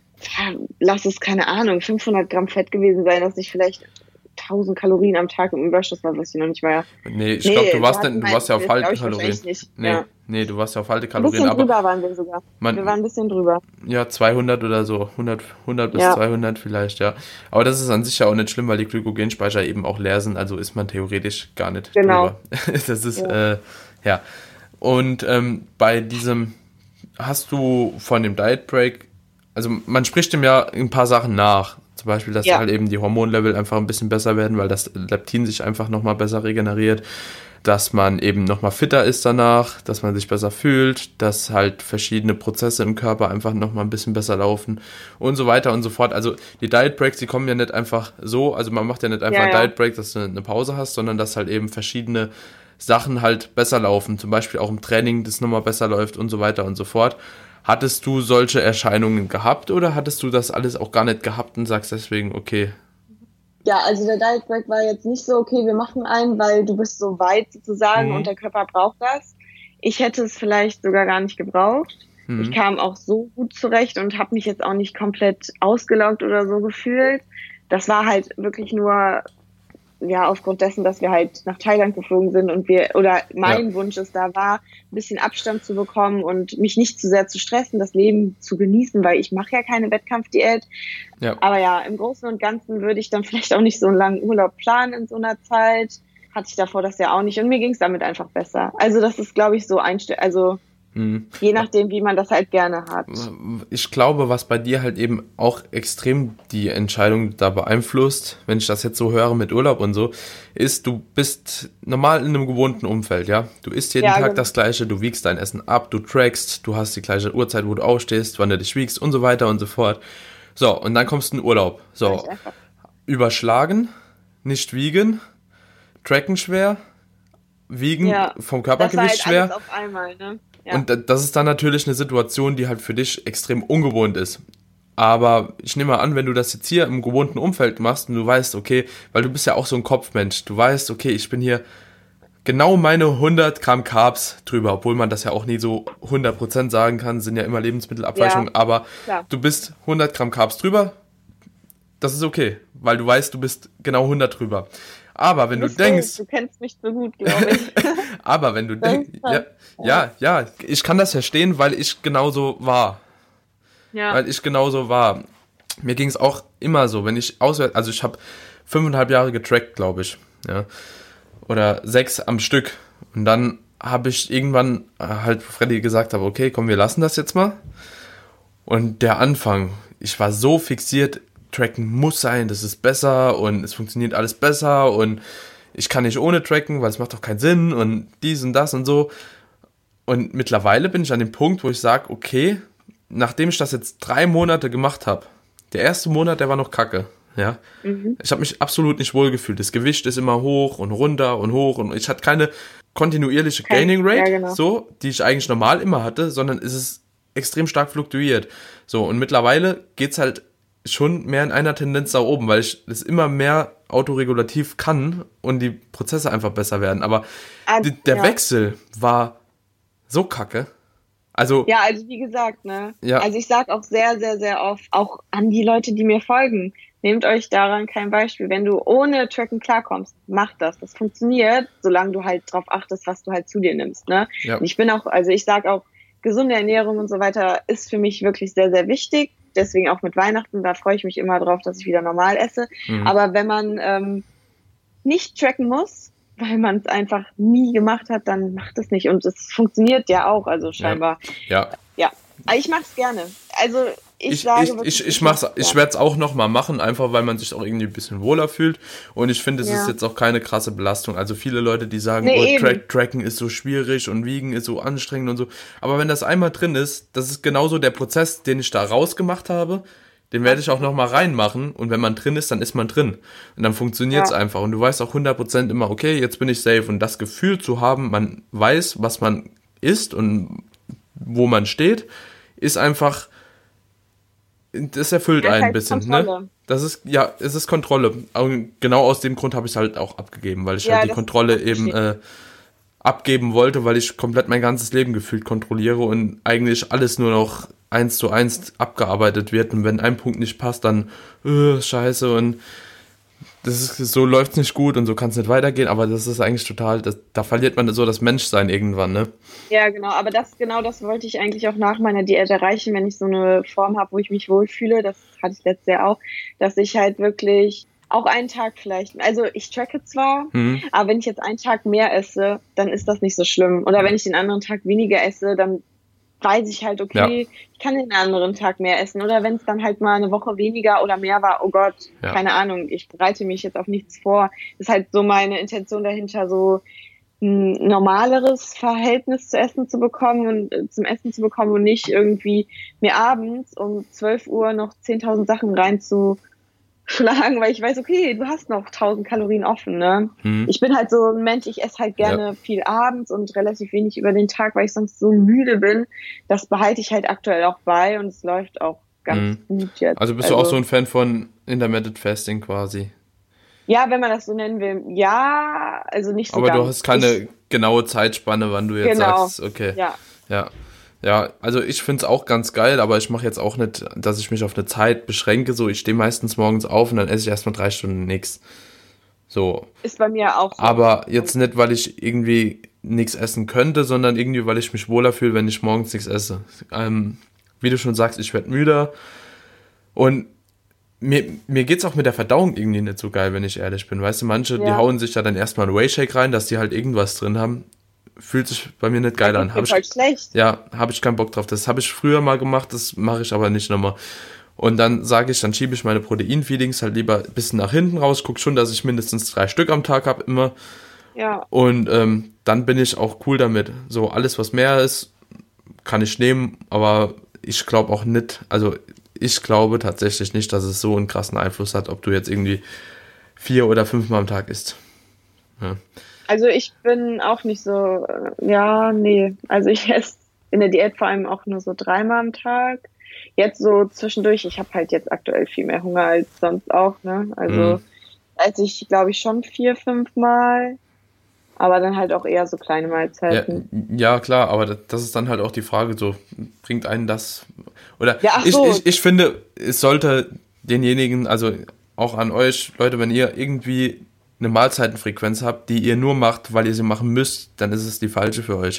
Lass es, keine Ahnung, fünfhundert Gramm Fett gewesen sein, dass ich vielleicht tausend Kalorien am Tag im Überschuss war, was ich noch nicht mehr. Nee, ich nee, glaube, du warst denn, du warst ja auf alte Kalorien. Nee, ja. nee, du warst ja auf alte Kalorien. Ein bisschen aber drüber waren wir sogar. Man, wir waren ein bisschen drüber. Ja, zweihundert oder so. hundert, hundert bis ja. zweihundert vielleicht, ja. Aber das ist an sich ja auch nicht schlimm, weil die Glykogenspeicher eben auch leer sind, also ist man theoretisch gar nicht genau. drüber. Das ist, ja. Äh, ja. Und ähm, bei diesem, hast du von dem Diet Break, also man spricht dem ja ein paar Sachen nach. Zum Beispiel, dass ja. halt eben die Hormonlevel einfach ein bisschen besser werden, weil das Leptin sich einfach nochmal besser regeneriert, dass man eben nochmal fitter ist danach, dass man sich besser fühlt, dass halt verschiedene Prozesse im Körper einfach nochmal ein bisschen besser laufen und so weiter und so fort. Also die Diet Breaks, die kommen ja nicht einfach so, also man macht ja nicht einfach ja, einen ja. Diet Break, dass du eine Pause hast, sondern dass halt eben verschiedene Sachen halt besser laufen, zum Beispiel auch im Training, das nochmal besser läuft und so weiter und so fort. Hattest du solche Erscheinungen gehabt oder hattest du das alles auch gar nicht gehabt und sagst deswegen, okay? Ja, also der Diet Break war jetzt nicht so, okay, wir machen einen, weil du bist so weit sozusagen mhm. und der Körper braucht das. Ich hätte es vielleicht sogar gar nicht gebraucht. Mhm. Ich kam auch so gut zurecht und habe mich jetzt auch nicht komplett ausgelaugt oder so gefühlt. Das war halt wirklich nur ja, aufgrund dessen, dass wir halt nach Thailand geflogen sind und wir, oder mein ja. Wunsch ist da war, ein bisschen Abstand zu bekommen und mich nicht zu sehr zu stressen, das Leben zu genießen, weil ich mache ja keine Wettkampfdiät. Ja. Aber ja, im Großen und Ganzen würde ich dann vielleicht auch nicht so einen langen Urlaub planen in so einer Zeit. Hatte ich davor das ja auch nicht und mir ging es damit einfach besser. Also das ist, glaube ich, so einstell, also hm. je nachdem, wie man das halt gerne hat. Ich glaube, was bei dir halt eben auch extrem die Entscheidung da beeinflusst, wenn ich das jetzt so höre mit Urlaub und so, ist, du bist normal in einem gewohnten Umfeld, ja. Du isst jeden ja, Tag genau. das Gleiche, du wiegst dein Essen ab, du trackst, du hast die gleiche Uhrzeit, wo du aufstehst, wann du dich wiegst und so weiter und so fort. So, und dann kommst du in den Urlaub. So, überschlagen, nicht wiegen, tracken schwer, wiegen ja, vom Körpergewicht das war halt alles auf einmal, ne? Ja. Und das ist dann natürlich eine Situation, die halt für dich extrem ungewohnt ist. Aber ich nehme mal an, wenn du das jetzt hier im gewohnten Umfeld machst und du weißt, okay, weil du bist ja auch so ein Kopfmensch, du weißt, okay, ich bin hier genau meine hundert Gramm Carbs drüber, obwohl man das ja auch nie so hundert Prozent sagen kann, sind ja immer Lebensmittelabweichungen, ja, aber klar. Du bist hundert Gramm Carbs drüber, das ist okay, weil du weißt, du bist genau hundert drüber. Aber wenn du, du denkst... Du kennst mich so gut, glaube ich. Aber wenn du denkst... Ja, ja, ja, ich kann das verstehen, weil ich genauso war. Ja. Weil ich genauso war. Mir ging es auch immer so, wenn ich auswärts... Also ich habe fünfeinhalb Jahre getrackt, glaube ich. Ja. Oder sechs am Stück. Und dann habe ich irgendwann halt Freddy gesagt, habe, okay, komm, wir lassen das jetzt mal. Und der Anfang, ich war so fixiert... Tracken muss sein, das ist besser und es funktioniert alles besser und ich kann nicht ohne tracken, weil es macht doch keinen Sinn und dies und das und so. Und mittlerweile bin ich an dem Punkt, wo ich sage, okay, nachdem ich das jetzt drei Monate gemacht habe, der erste Monat, der war noch kacke, ja. Mhm. Ich habe mich absolut nicht wohl gefühlt. Das Gewicht ist immer hoch und runter und hoch und ich hatte keine kontinuierliche Kein, Gaining Rate, ja, genau. so, die ich eigentlich normal immer hatte, sondern es ist extrem stark fluktuiert. So, und mittlerweile geht's halt schon mehr in einer Tendenz da oben, weil ich das immer mehr autoregulativ kann und die Prozesse einfach besser werden. Aber ah, die, der ja. Wechsel war so kacke. Also, ja, also wie gesagt, ne? Ja. Also ich sag auch sehr, sehr, sehr oft, auch an die Leute, die mir folgen, nehmt euch daran kein Beispiel. Wenn du ohne Tracken klarkommst, mach das. Das funktioniert, solange du halt drauf achtest, was du halt zu dir nimmst, ne? Ja. Und ich bin auch, also ich sag auch, gesunde Ernährung und so weiter ist für mich wirklich sehr, sehr wichtig. Deswegen auch mit Weihnachten, da freue ich mich immer drauf, dass ich wieder normal esse. Mhm. Aber wenn man ähm, nicht tracken muss, weil man es einfach nie gemacht hat, dann macht es nicht. Und es funktioniert ja auch, also scheinbar. Ja. Ja, aber ich mache es gerne. Also ich, Ich, sage ich, wirklich, ich, ich, mach's, ich werde es auch nochmal machen, einfach weil man sich auch irgendwie ein bisschen wohler fühlt. Und ich finde, es Ja. ist jetzt auch keine krasse Belastung. Also viele Leute, die sagen, Nee, oh, Tra- eben. Tracken ist so schwierig und Wiegen ist so anstrengend und so. Aber wenn das einmal drin ist, das ist genauso der Prozess, den ich da rausgemacht habe, den werde ich auch nochmal reinmachen. Und wenn man drin ist, dann ist man drin. Und dann funktioniert es Ja. einfach. Und du weißt auch hundert Prozent immer, okay, jetzt bin ich safe. Und das Gefühl zu haben, man weiß, was man isst und wo man steht, ist einfach... Das erfüllt Das ist einen ein halt bisschen, Kontrolle. ne? Das ist, ja, es ist Kontrolle. Und genau aus dem Grund habe ich es halt auch abgegeben, weil ich Ja, halt die das Kontrolle ist auch eben äh, abgeben wollte, weil ich komplett mein ganzes Leben gefühlt kontrolliere und eigentlich alles nur noch eins zu eins abgearbeitet wird. Und wenn ein Punkt nicht passt, dann äh, scheiße und das ist, so läuft's nicht gut und so kann es nicht weitergehen, aber das ist eigentlich total, das, da verliert man so das Menschsein irgendwann, ne? Ja, genau. Aber das genau das wollte ich eigentlich auch nach meiner Diät erreichen, wenn ich so eine Form habe, wo ich mich wohlfühle. Das hatte ich letztes Jahr auch, dass ich halt wirklich auch einen Tag vielleicht, also ich tracke zwar, Mhm. aber wenn ich jetzt einen Tag mehr esse, dann ist das nicht so schlimm. Oder wenn ich den anderen Tag weniger esse, dann weiß ich halt, okay, ich kann den anderen Tag mehr essen. Oder wenn es dann halt mal eine Woche weniger oder mehr war, oh Gott, Ja. keine Ahnung, ich bereite mich jetzt auf nichts vor. Das ist halt so meine Intention dahinter, so ein normaleres Verhältnis zu Essen zu bekommen und äh, zum Essen zu bekommen und nicht irgendwie mir abends um zwölf Uhr noch zehntausend Sachen reinzuschlagen, weil ich weiß, okay, du hast noch tausend Kalorien offen, ne? Mhm. Ich bin halt so ein Mensch, ich esse halt gerne viel abends und relativ wenig über den Tag, weil ich sonst so müde bin. Das behalte ich halt aktuell auch bei und es läuft auch ganz Mhm. gut jetzt. Also bist du auch so ein Fan von Intermittent Fasting quasi. Ja, wenn man das so nennen will, ja, also nicht so Aber ganz. du hast keine Ich, genaue Zeitspanne, wann du jetzt Genau. sagst, okay. ja, Ja, ja, also ich find's auch ganz geil, aber ich mache jetzt auch nicht, dass ich mich auf eine Zeit beschränke. So, ich stehe meistens morgens auf und dann esse ich erstmal drei Stunden nichts. So, ist bei mir auch so. aber jetzt nicht, weil ich irgendwie nichts essen könnte, sondern irgendwie, weil ich mich wohler fühle, wenn ich morgens nichts esse. Ähm, wie du schon sagst, ich werde müder und mir, mir geht's auch mit der Verdauung irgendwie nicht so geil, wenn ich ehrlich bin. Weißt du, manche, die Ja. hauen sich ja dann erstmal einen Whey-Shake rein, dass die halt irgendwas drin haben. Fühlt sich bei mir nicht geil an. Das Hab ist ich, halt schlecht. ja, habe ich keinen Bock drauf. Das habe ich früher mal gemacht, das mache ich aber nicht nochmal. Und dann sage ich, dann schiebe ich meine Protein-Feedings halt lieber ein bisschen nach hinten raus. Guck schon, dass ich mindestens drei Stück am Tag habe immer. Ja, Und ähm, dann bin ich auch cool damit. So, alles was mehr ist, kann ich nehmen, aber ich glaube auch nicht, also ich glaube tatsächlich nicht, dass es so einen krassen Einfluss hat, ob du jetzt irgendwie vier oder fünfmal am Tag isst. Ja. also ich bin auch nicht so, äh, ja, nee. Also ich esse in der Diät vor allem auch nur so dreimal am Tag. Jetzt so zwischendurch, ich habe halt jetzt aktuell viel mehr Hunger als sonst auch, ne? Also Mhm. esse ich, glaube ich, schon vier, fünf Mal. Aber dann halt auch eher so kleine Ja, Mahlzeiten. ja, klar, aber das, das ist dann halt auch die Frage, so bringt einen das oder Ja, ach ich, so. ich, ich finde, es sollte denjenigen, also auch an euch, Leute, wenn ihr irgendwie eine Mahlzeitenfrequenz habt, die ihr nur macht, weil ihr sie machen müsst, dann ist es die falsche für euch.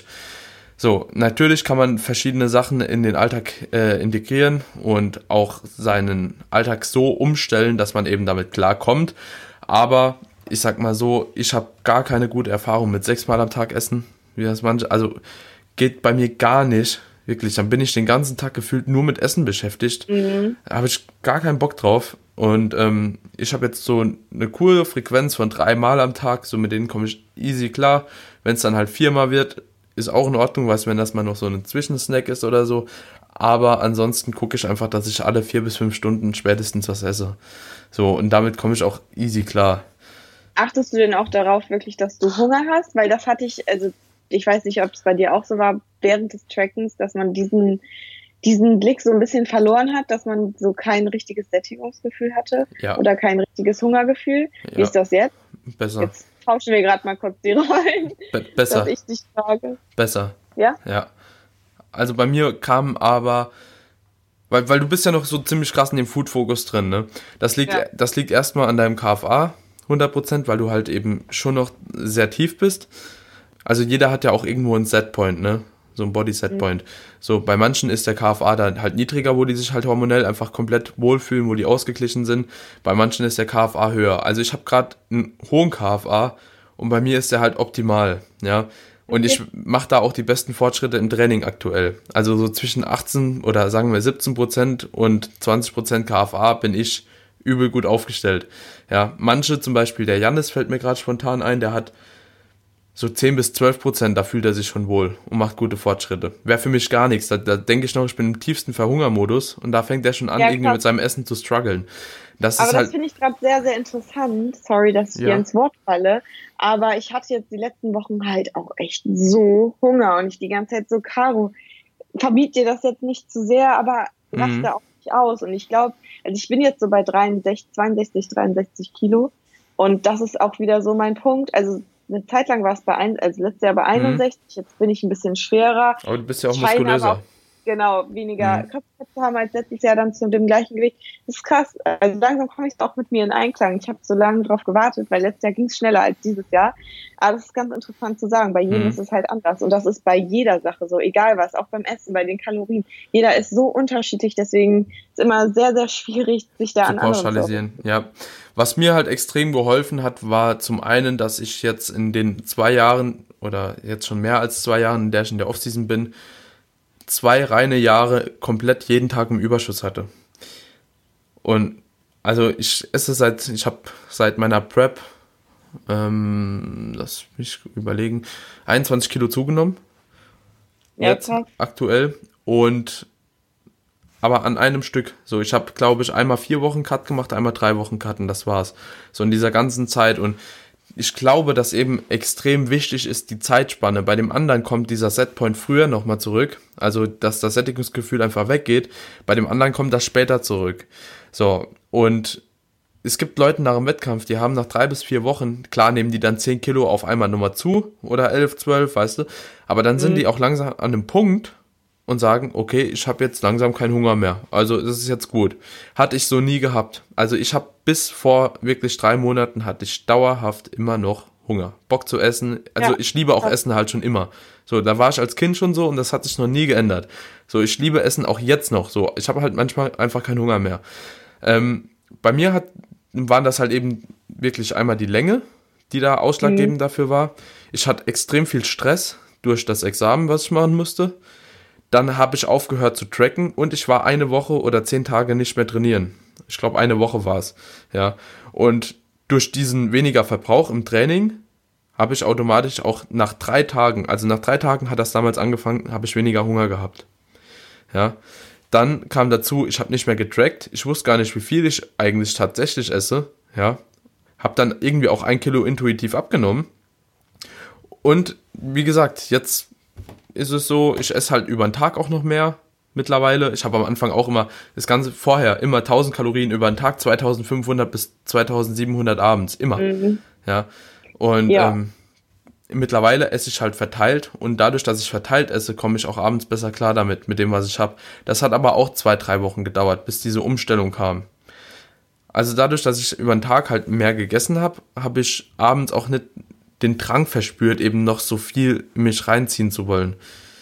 So, natürlich kann man verschiedene Sachen in den Alltag äh, integrieren und auch seinen Alltag so umstellen, dass man eben damit klarkommt, aber ich sag mal so, ich habe gar keine gute Erfahrung mit sechsmal am Tag essen, wie das manche, also geht bei mir gar nicht, wirklich, dann bin ich den ganzen Tag gefühlt nur mit Essen beschäftigt, Mhm. da habe ich gar keinen Bock drauf und ähm, ich habe jetzt so eine coole Frequenz von dreimal am Tag, so mit denen komme ich easy klar, wenn es dann halt viermal wird, ist auch in Ordnung, weißt du, wenn das mal noch so ein Zwischensnack ist oder so, aber ansonsten gucke ich einfach, dass ich alle vier bis fünf Stunden spätestens was esse, so, und damit komme ich auch easy klar. Achtest du denn auch darauf wirklich, dass du Hunger hast? Weil das hatte ich, also ich weiß nicht, ob es bei dir auch so war, während des Trackens, dass man diesen, diesen Blick so ein bisschen verloren hat, dass man so kein richtiges Sättigungsgefühl hatte Ja, oder kein richtiges Hungergefühl. Wie ja, ist das jetzt? besser, Jetzt tauschen wir gerade mal kurz die Rollen, Be dass besser, ich dich frage. besser, Ja? ja. Also bei mir kam aber, weil, weil du bist ja noch so ziemlich krass in dem Food-Fokus drin, ne? Das liegt, Ja. das liegt erstmal an deinem K F A, hundert Prozent, weil du halt eben schon noch sehr tief bist. Also jeder hat ja auch irgendwo einen Setpoint, ne? So ein Body-Setpoint. Mhm. So, bei manchen ist der K F A dann halt niedriger, wo die sich halt hormonell einfach komplett wohlfühlen, wo die ausgeglichen sind. Bei manchen ist der K F A höher. Also ich habe gerade einen hohen K F A und bei mir ist der halt optimal, ja. Und okay. Ich mache da auch die besten Fortschritte im Training aktuell. Also so zwischen achtzehn oder sagen wir siebzehn Prozent und zwanzig Prozent K F A bin ich übel gut aufgestellt. Ja, manche, zum Beispiel der Jannis fällt mir gerade spontan ein, der hat so zehn bis zwölf Prozent, da fühlt er sich schon wohl und macht gute Fortschritte. Wäre für mich gar nichts. Da, da denke ich noch, ich bin im tiefsten Verhungermodus und da fängt er schon an, ja, irgendwie mit seinem Essen zu strugglen. Das aber ist das halt, finde ich gerade sehr, sehr interessant. Sorry, dass ich ja. dir ins Wort falle. Aber ich hatte jetzt die letzten Wochen halt auch echt so Hunger und ich die ganze Zeit so, Caro, verbiet dir das jetzt nicht zu sehr, aber raste mhm. auch nicht aus. Und ich glaube, also ich bin jetzt so bei dreiundsechzig, zweiundsechzig, dreiundsechzig Kilo und das ist auch wieder so mein Punkt. Also eine Zeit lang war es bei ein, also letztes Jahr bei einundsechzig, mhm. jetzt bin ich ein bisschen schwerer. Aber du bist ja auch muskulöser. Genau, weniger mhm. Körperfett zu haben als letztes Jahr dann zu dem gleichen Gewicht. Das ist krass. Also langsam komme ich auch mit mir in Einklang. Ich habe so lange drauf gewartet, weil letztes Jahr ging es schneller als dieses Jahr. Aber das ist ganz interessant zu sagen. Bei jedem mhm. ist es halt anders. Und das ist bei jeder Sache so, egal was, auch beim Essen, bei den Kalorien. Jeder ist so unterschiedlich, deswegen ist es immer sehr, sehr schwierig, sich da zu an pauschalisieren. Ja. Was mir halt extrem geholfen hat, war zum einen, dass ich jetzt in den zwei Jahren oder jetzt schon mehr als zwei Jahren, in der ich in der Offseason bin, zwei reine Jahre komplett jeden Tag im Überschuss hatte. Und also ich esse seit, ich habe seit meiner Prep, ähm, lass mich überlegen, einundzwanzig Kilo zugenommen. Ja, jetzt krass. Aktuell. Und aber an einem Stück. So, ich habe, glaube ich, einmal vier Wochen Cut gemacht, einmal drei Wochen Cut und das war's. So in dieser ganzen Zeit. Und ich glaube, dass eben extrem wichtig ist die Zeitspanne. Bei dem anderen kommt dieser Setpoint früher nochmal zurück. Also, dass das Sättigungsgefühl einfach weggeht. Bei dem anderen kommt das später zurück. So, und es gibt Leute nach dem Wettkampf, die haben nach drei bis vier Wochen, klar nehmen die dann zehn Kilo auf einmal nochmal zu oder elf, zwölf, weißt du. Aber dann sind mhm. die auch langsam an einem Punkt und sagen, okay, ich habe jetzt langsam keinen Hunger mehr. Also das ist jetzt gut. Hatte ich so nie gehabt. Also ich habe bis vor wirklich drei Monaten hatte ich dauerhaft immer noch Hunger. Bock zu essen. Also ja, ich liebe auch Essen halt schon immer. So, da war ich als Kind schon so und das hat sich noch nie geändert. So, ich liebe Essen auch jetzt noch so. Ich habe halt manchmal einfach keinen Hunger mehr. Ähm, bei mir hat, waren das halt eben wirklich einmal die Länge, die da ausschlaggebend mhm. dafür war. Ich hatte extrem viel Stress durch das Examen, was ich machen musste. Dann habe ich aufgehört zu tracken und ich war eine Woche oder zehn Tage nicht mehr trainieren. Ich glaube, eine Woche war es. Ja. Und durch diesen weniger Verbrauch im Training habe ich automatisch auch nach drei Tagen, also nach drei Tagen hat das damals angefangen, habe ich weniger Hunger gehabt. Ja. Dann kam dazu, ich habe nicht mehr getrackt. Ich wusste gar nicht, wie viel ich eigentlich tatsächlich esse. Ja. Habe dann irgendwie auch ein Kilo intuitiv abgenommen. Und wie gesagt, jetzt ist es so, ich esse halt über den Tag auch noch mehr mittlerweile. Ich habe am Anfang auch immer das Ganze vorher immer tausend Kalorien über den Tag, zweitausendfünfhundert bis zweitausendsiebenhundert abends, immer. Mhm. Ja. Und ja. Ähm, mittlerweile esse ich halt verteilt und dadurch, dass ich verteilt esse, komme ich auch abends besser klar damit, mit dem, was ich habe. Das hat aber auch zwei, drei Wochen gedauert, bis diese Umstellung kam. Also dadurch, dass ich über den Tag halt mehr gegessen habe, habe ich abends auch nicht den Drang verspürt, eben noch so viel in mich reinziehen zu wollen.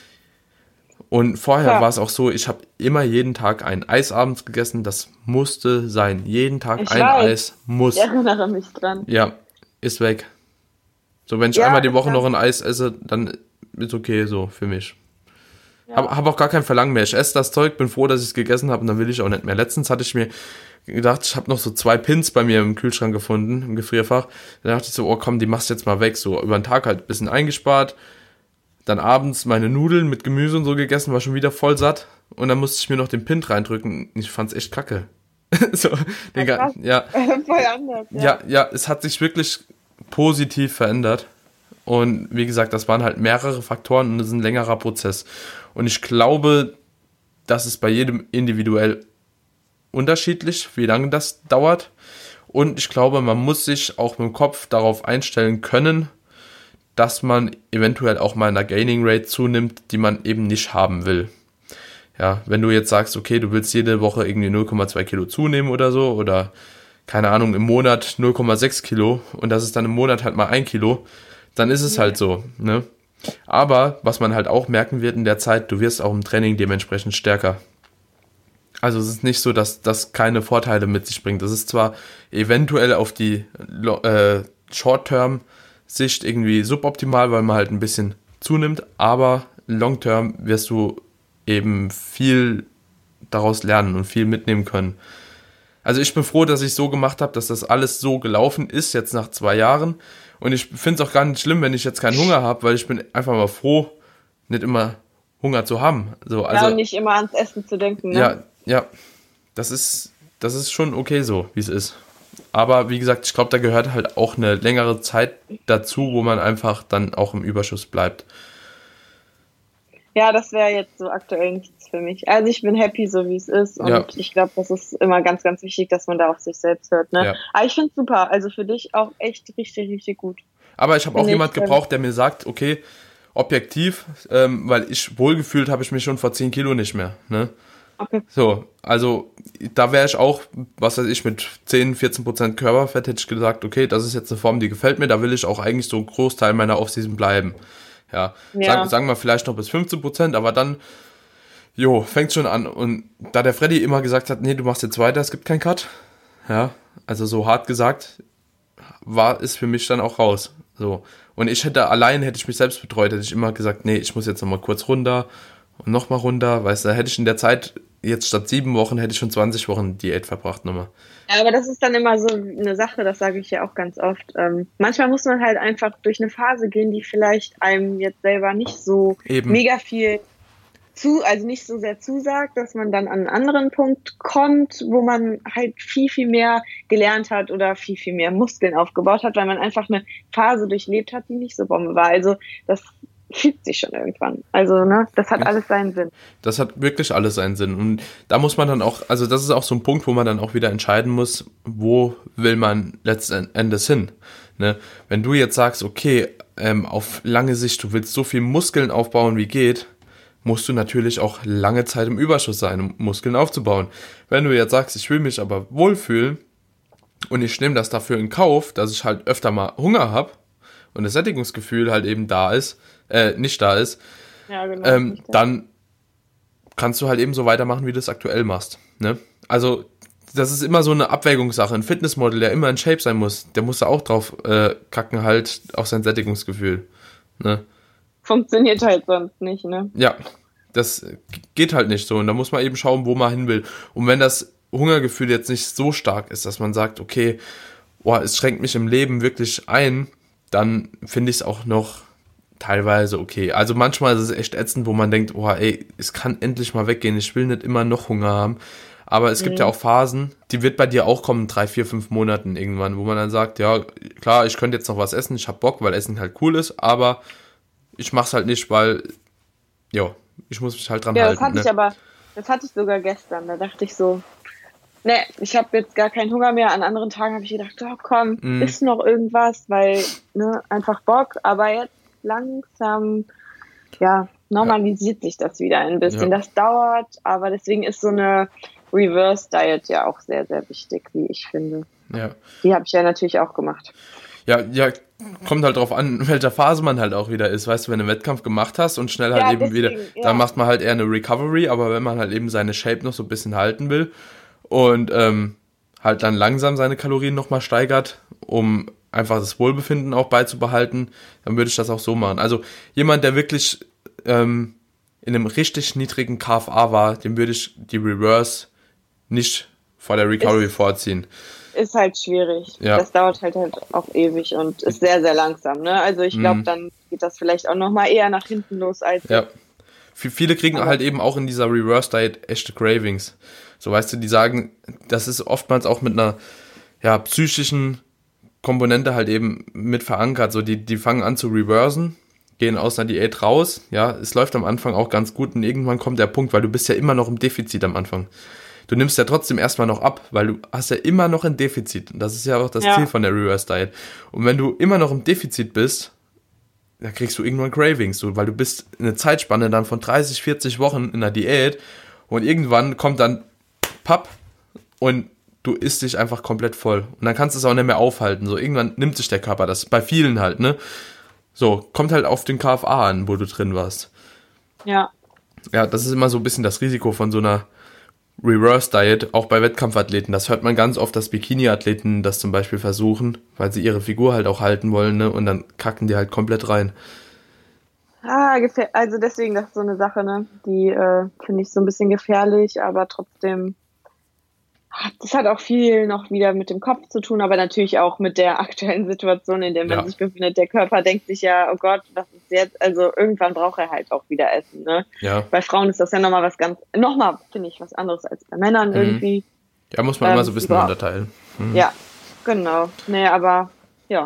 Und vorher ja. war es auch so, ich habe immer jeden Tag ein Eis abends gegessen, das musste sein. Jeden Tag ich ein weiß. Eis muss. Ich erinnere mich dran. Ja, ist weg. So, wenn ich ja, einmal die Woche noch ein Eis esse, dann ist okay so für mich. Ja. Habe hab auch gar kein Verlangen mehr. Ich esse das Zeug, bin froh, dass ich es gegessen habe und dann will ich auch nicht mehr. Letztens hatte ich mir gedacht, ich habe noch so zwei Pins bei mir im Kühlschrank gefunden, im Gefrierfach. Da dachte ich so, oh komm, die machst du jetzt mal weg. So über den Tag halt ein bisschen eingespart. Dann abends meine Nudeln mit Gemüse und so gegessen, war schon wieder voll satt. Und dann musste ich mir noch den Pin reindrücken. Ich fand's echt kacke. so, den ja, ja. Voll anders. Ja. ja, ja, es hat sich wirklich positiv verändert. Und wie gesagt, das waren halt mehrere Faktoren und das ist ein längerer Prozess. Und ich glaube, das ist bei jedem individuell unterschiedlich, wie lange das dauert. Und ich glaube, man muss sich auch mit dem Kopf darauf einstellen können, dass man eventuell auch mal in der Gaining Rate zunimmt, die man eben nicht haben will. Ja, wenn du jetzt sagst, okay, du willst jede Woche irgendwie null Komma zwei Kilo zunehmen oder so oder keine Ahnung, im Monat null Komma sechs Kilo und das ist dann im Monat halt mal ein Kilo, dann ist es ja. halt so, ne? Aber was man halt auch merken wird in der Zeit, du wirst auch im Training dementsprechend stärker. Also es ist nicht so, dass das keine Vorteile mit sich bringt. Das ist zwar eventuell auf die äh, Short-Term-Sicht irgendwie suboptimal, weil man halt ein bisschen zunimmt, aber Long-Term wirst du eben viel daraus lernen und viel mitnehmen können. Also ich bin froh, dass ich so gemacht habe, dass das alles so gelaufen ist, jetzt nach zwei Jahren. Und ich finde es auch gar nicht schlimm, wenn ich jetzt keinen Hunger habe, weil ich bin einfach mal froh, nicht immer Hunger zu haben. So, also, ja, und nicht immer ans Essen zu denken. Ne? Ja, ja, das ist, das ist schon okay so, wie es ist. Aber wie gesagt, ich glaube, da gehört halt auch eine längere Zeit dazu, wo man einfach dann auch im Überschuss bleibt. Ja, das wäre jetzt so aktuell nichts für mich. Also ich bin happy, so wie es ist. Und ja. ich glaube, das ist immer ganz, ganz wichtig, dass man da auf sich selbst hört. Ne? Ja. Aber ich finde es super. Also für dich auch echt richtig, richtig gut. Aber ich habe auch jemand gebraucht, der mir sagt, okay, objektiv, ähm, weil ich wohlgefühlt habe ich mich schon vor zehn Kilo nicht mehr. Ne? Okay. So, also da wäre ich auch, was weiß ich, mit zehn, vierzehn Prozent Körperfett hätte ich gesagt, okay, das ist jetzt eine Form, die gefällt mir, da will ich auch eigentlich so einen Großteil meiner Offseason bleiben. Ja, ja. Sagen, sagen wir vielleicht noch bis fünfzehn Prozent, aber dann, jo, fängt schon an. Und da der Freddy immer gesagt hat, nee, du machst jetzt weiter, es gibt keinen Cut, ja, also so hart gesagt, war es für mich dann auch raus. So. Und ich hätte allein, hätte ich mich selbst betreut, hätte ich immer gesagt, nee, ich muss jetzt nochmal kurz runter und nochmal runter, weißt du, da hätte ich in der Zeit, jetzt statt sieben Wochen, hätte ich schon zwanzig Wochen Diät verbracht nochmal. Ja, aber das ist dann immer so eine Sache, das sage ich ja auch ganz oft. Ähm, manchmal muss man halt einfach durch eine Phase gehen, die vielleicht einem jetzt selber nicht so Eben. mega viel zu, also nicht so sehr zusagt, dass man dann an einen anderen Punkt kommt, wo man halt viel, viel mehr gelernt hat oder viel, viel mehr Muskeln aufgebaut hat, weil man einfach eine Phase durchlebt hat, die nicht so Bombe war. Also das fühlt sich schon irgendwann. Also, ne, das hat alles seinen Sinn. Das hat wirklich alles seinen Sinn. Und da muss man dann auch, also das ist auch so ein Punkt, wo man dann auch wieder entscheiden muss, wo will man letzten Endes hin. Ne? Wenn du jetzt sagst, okay, ähm, auf lange Sicht, du willst so viel Muskeln aufbauen, wie geht, musst du natürlich auch lange Zeit im Überschuss sein, um Muskeln aufzubauen. Wenn du jetzt sagst, ich will mich aber wohlfühlen und ich nehme das dafür in Kauf, dass ich halt öfter mal Hunger habe und das Sättigungsgefühl halt eben da ist, äh, nicht da ist, ja, genau, ähm, nicht dann kannst du halt eben so weitermachen, wie du es aktuell machst. Ne? Also das ist immer so eine Abwägungssache. Ein Fitnessmodel, der immer in Shape sein muss, der muss da auch drauf äh, kacken halt auf sein Sättigungsgefühl. Ne? Funktioniert halt sonst nicht, ne? Ja, das geht halt nicht so. Und da muss man eben schauen, wo man hin will. Und wenn das Hungergefühl jetzt nicht so stark ist, dass man sagt, okay, boah, es schränkt mich im Leben wirklich ein, dann finde ich es auch noch teilweise okay. Also manchmal ist es echt ätzend, wo man denkt, oh, ey, es kann endlich mal weggehen, ich will nicht immer noch Hunger haben. Aber es gibt mhm. ja auch Phasen, die wird bei dir auch kommen, drei, vier, fünf Monaten irgendwann, wo man dann sagt, ja, klar, ich könnte jetzt noch was essen, ich hab Bock, weil Essen halt cool ist, aber ich mach's halt nicht, weil, ja, ich muss mich halt dran ja, halten. Ja, das hatte ne? ich aber, das hatte ich sogar gestern, da dachte ich so, ne, ich habe jetzt gar keinen Hunger mehr. An anderen Tagen habe ich gedacht, oh komm, mm. isst noch irgendwas, weil, ne, einfach Bock. Aber jetzt langsam, ja, normalisiert ja. sich das wieder ein bisschen. Ja. Das dauert, aber deswegen ist so eine Reverse Diet ja auch sehr, sehr wichtig, wie ich finde. Ja. Die habe ich ja natürlich auch gemacht. Ja, ja, kommt halt drauf an, in welcher Phase man halt auch wieder ist. Weißt du, wenn du einen Wettkampf gemacht hast und schnell halt ja, eben deswegen, wieder, ja. dann macht man halt eher eine Recovery, aber wenn man halt eben seine Shape noch so ein bisschen halten will, und ähm, halt dann langsam seine Kalorien nochmal steigert, um einfach das Wohlbefinden auch beizubehalten, dann würde ich das auch so machen. Also jemand, der wirklich ähm, in einem richtig niedrigen K F A war, dem würde ich die Reverse nicht vor der Recovery ist, vorziehen. Ist halt schwierig. Ja. Das dauert halt, halt auch ewig und ist sehr, sehr langsam. Ne? Also ich glaube, mm. dann geht das vielleicht auch nochmal eher nach hinten los als... Ja. Viele kriegen aber halt eben auch in dieser Reverse Diet echte Cravings. So, weißt du, die sagen, das ist oftmals auch mit einer ja, psychischen Komponente halt eben mit verankert. So, die, die fangen an zu reversen, gehen aus einer Diät raus. Ja, es läuft am Anfang auch ganz gut und irgendwann kommt der Punkt, weil du bist ja immer noch im Defizit am Anfang. Du nimmst ja trotzdem erstmal noch ab, weil du hast ja immer noch ein Defizit. Und das ist ja auch das ja. Ziel von der Reverse Diet. Und wenn du immer noch im Defizit bist, da kriegst du irgendwann Cravings, so, weil du bist eine Zeitspanne dann von dreißig, vierzig Wochen in der Diät und irgendwann kommt dann Papp und du isst dich einfach komplett voll. Und dann kannst du es auch nicht mehr aufhalten. So, irgendwann nimmt sich der Körper das. Bei vielen halt, ne? So, kommt halt auf den K F A an, wo du drin warst. Ja. Ja, das ist immer so ein bisschen das Risiko von so einer Reverse-Diet, auch bei Wettkampfathleten. Das hört man ganz oft, dass Bikini-Athleten das zum Beispiel versuchen, weil sie ihre Figur halt auch halten wollen, ne? Und dann kacken die halt komplett rein. Ah, gefähr- also deswegen, das ist so eine Sache, ne? Die äh, finde ich so ein bisschen gefährlich, aber trotzdem, ah, das hat auch viel noch wieder mit dem Kopf zu tun, aber natürlich auch mit der aktuellen Situation, in der man Ja. sich befindet. Der Körper denkt sich ja, oh Gott, was ist jetzt? Also irgendwann braucht er halt auch wieder Essen, ne? Ja. Bei Frauen ist das ja nochmal was ganz, nochmal, finde ich, was anderes als bei Männern Mhm. irgendwie. Ja, muss man Ähm, immer so ein bisschen überhaupt. unterteilen. Mhm. Ja, genau. Nee, aber ja.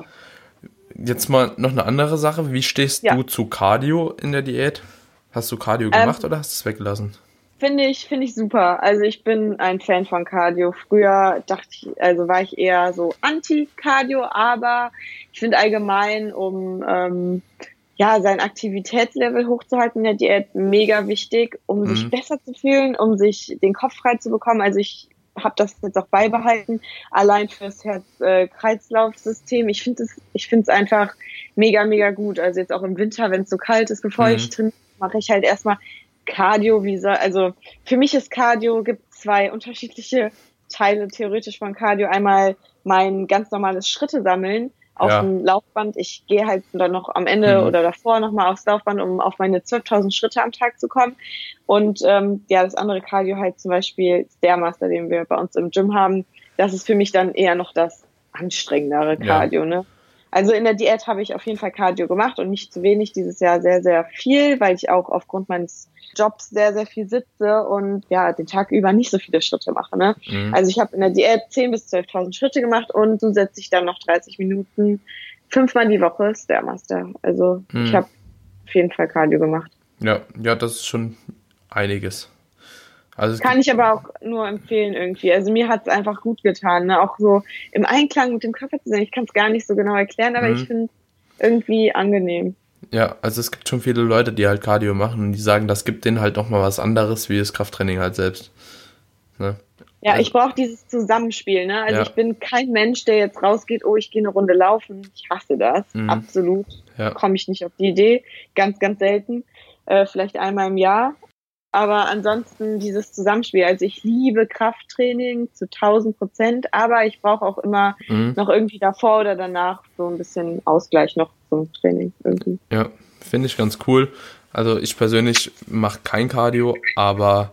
Jetzt mal noch eine andere Sache. Wie stehst Ja. du zu Cardio in der Diät? Hast du Cardio Ähm, gemacht oder hast du es weggelassen? Finde ich, finde ich super. Also ich bin ein Fan von Cardio. Früher dachte ich, also war ich eher so Anti-Cardio, aber ich finde allgemein, um ähm, ja sein Aktivitätslevel hochzuhalten in der Diät, mega wichtig, um Mhm. sich besser zu fühlen, um sich den Kopf frei zu bekommen. Also ich habe das jetzt auch beibehalten, allein fürs Herz-Kreislauf-System. Ich finde es, ich finde es einfach mega, mega gut. Also jetzt auch im Winter, wenn es so kalt ist, bevor Mhm. ich trainiere, mache ich halt erstmal Cardio, wie soll, also für mich ist Cardio, gibt zwei unterschiedliche Teile theoretisch von Cardio. Einmal mein ganz normales Schritte sammeln auf Ja. dem Laufband. Ich gehe halt dann noch am Ende Mhm. oder davor nochmal aufs Laufband, um auf meine zwölftausend Schritte am Tag zu kommen. Und ähm, ja, das andere Cardio halt zum Beispiel Stairmaster, den wir bei uns im Gym haben. Das ist für mich dann eher noch das anstrengendere Cardio, ne? Also in der Diät habe ich auf jeden Fall Cardio gemacht und nicht zu wenig, dieses Jahr sehr, sehr viel, weil ich auch aufgrund meines Jobs sehr, sehr viel sitze und ja, den Tag über nicht so viele Schritte mache, ne? Mhm. Also ich habe in der Diät zehntausend bis zwölftausend Schritte gemacht und zusätzlich dann noch dreißig Minuten, fünfmal die Woche Stairmaster. Also Mhm. ich habe auf jeden Fall Cardio gemacht. Ja, ja, das ist schon einiges. Also es Kann ich aber auch nur empfehlen irgendwie. Also mir hat es einfach gut getan, ne? Auch so im Einklang mit dem Körper zu sein. Ich kann es gar nicht so genau erklären, aber Mhm. ich finde irgendwie angenehm. Ja, also es gibt schon viele Leute, die halt Cardio machen und die sagen, das gibt denen halt nochmal was anderes, wie das Krafttraining halt selbst. Ne? Ja, Also- ich brauche dieses Zusammenspiel, ne? Also Ja. ich bin kein Mensch, der jetzt rausgeht, oh, ich gehe eine Runde laufen. Ich hasse das, Mhm. absolut. Ja. Komme ich nicht auf die Idee. Ganz, ganz selten. Äh, vielleicht einmal im Jahr. Aber ansonsten dieses Zusammenspiel. Also ich liebe Krafttraining zu tausend Prozent, aber ich brauche auch immer Mhm. noch irgendwie davor oder danach so ein bisschen Ausgleich noch zum Training irgendwie. Ja, finde ich ganz cool. Also ich persönlich mache kein Cardio, aber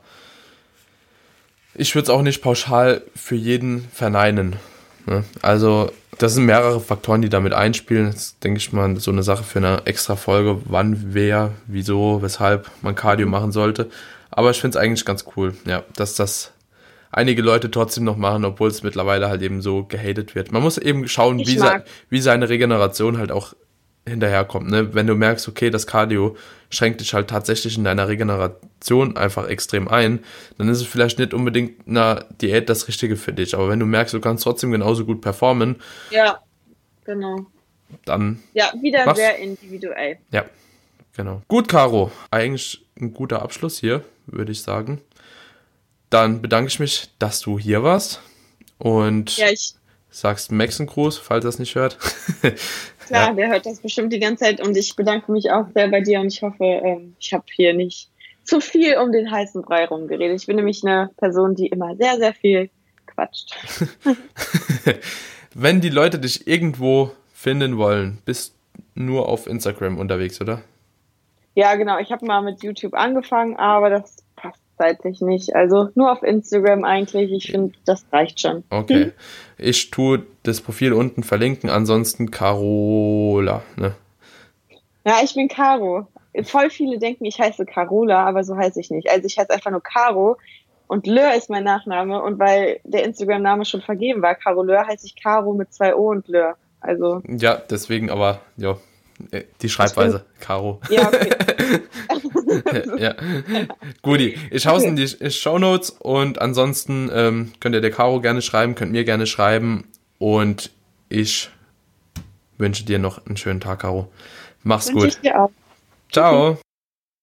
ich würde es auch nicht pauschal für jeden verneinen. Ne? Also das sind mehrere Faktoren, die damit einspielen. Das ist, denke ich mal, so eine Sache für eine extra Folge, wann, wer, wieso, weshalb man Cardio machen sollte. Aber ich finde es eigentlich ganz cool, ja, dass das einige Leute trotzdem noch machen, obwohl es mittlerweile halt eben so gehatet wird. Man muss eben schauen, Ich wie, se mag- wie seine Regeneration halt auch hinterherkommt. Ne? Wenn du merkst, okay, das Cardio schränkt dich halt tatsächlich in deiner Regeneration einfach extrem ein, dann ist es vielleicht nicht unbedingt eine Diät das Richtige für dich. Aber wenn du merkst, du kannst trotzdem genauso gut performen, Ja, genau. dann Ja, wieder Mach's. sehr individuell. ja, genau. Gut, Caro. Eigentlich ein guter Abschluss hier, würde ich sagen. Dann bedanke ich mich, dass du hier warst und Ja, ich, sagst Max einen Gruß, falls er es nicht hört. klar, Ja. der hört das bestimmt die ganze Zeit und ich bedanke mich auch sehr bei dir und ich hoffe, ähm, ich habe hier nicht zu viel um den heißen Brei rumgeredet. Ich bin nämlich eine Person, die immer sehr, sehr viel quatscht. Wenn die Leute dich irgendwo finden wollen, bist nur auf Instagram unterwegs, oder? Ja, genau. Ich habe mal mit YouTube angefangen, aber das passt zeitlich nicht. Also nur auf Instagram eigentlich. Ich finde, das reicht schon. Okay. Ich tue das Profil unten verlinken, ansonsten Carola, ne? Ja, ich bin Caro. Voll viele denken, ich heiße Carola, aber so heiße ich nicht. Also ich heiße einfach nur Caro und Löhr ist mein Nachname und weil der Instagram-Name schon vergeben war, Caro Löhr, heiße ich Caro mit zwei O und Löhr. Also, Ja, deswegen aber, ja, äh, die Schreibweise, Caro. ja, okay. Ja, Guti, ich hau's in die Shownotes und ansonsten ähm, könnt ihr der Caro gerne schreiben, könnt mir gerne schreiben und ich wünsche dir noch einen schönen Tag, Caro. Mach's Wünsche gut. ich dir auch. Ciao.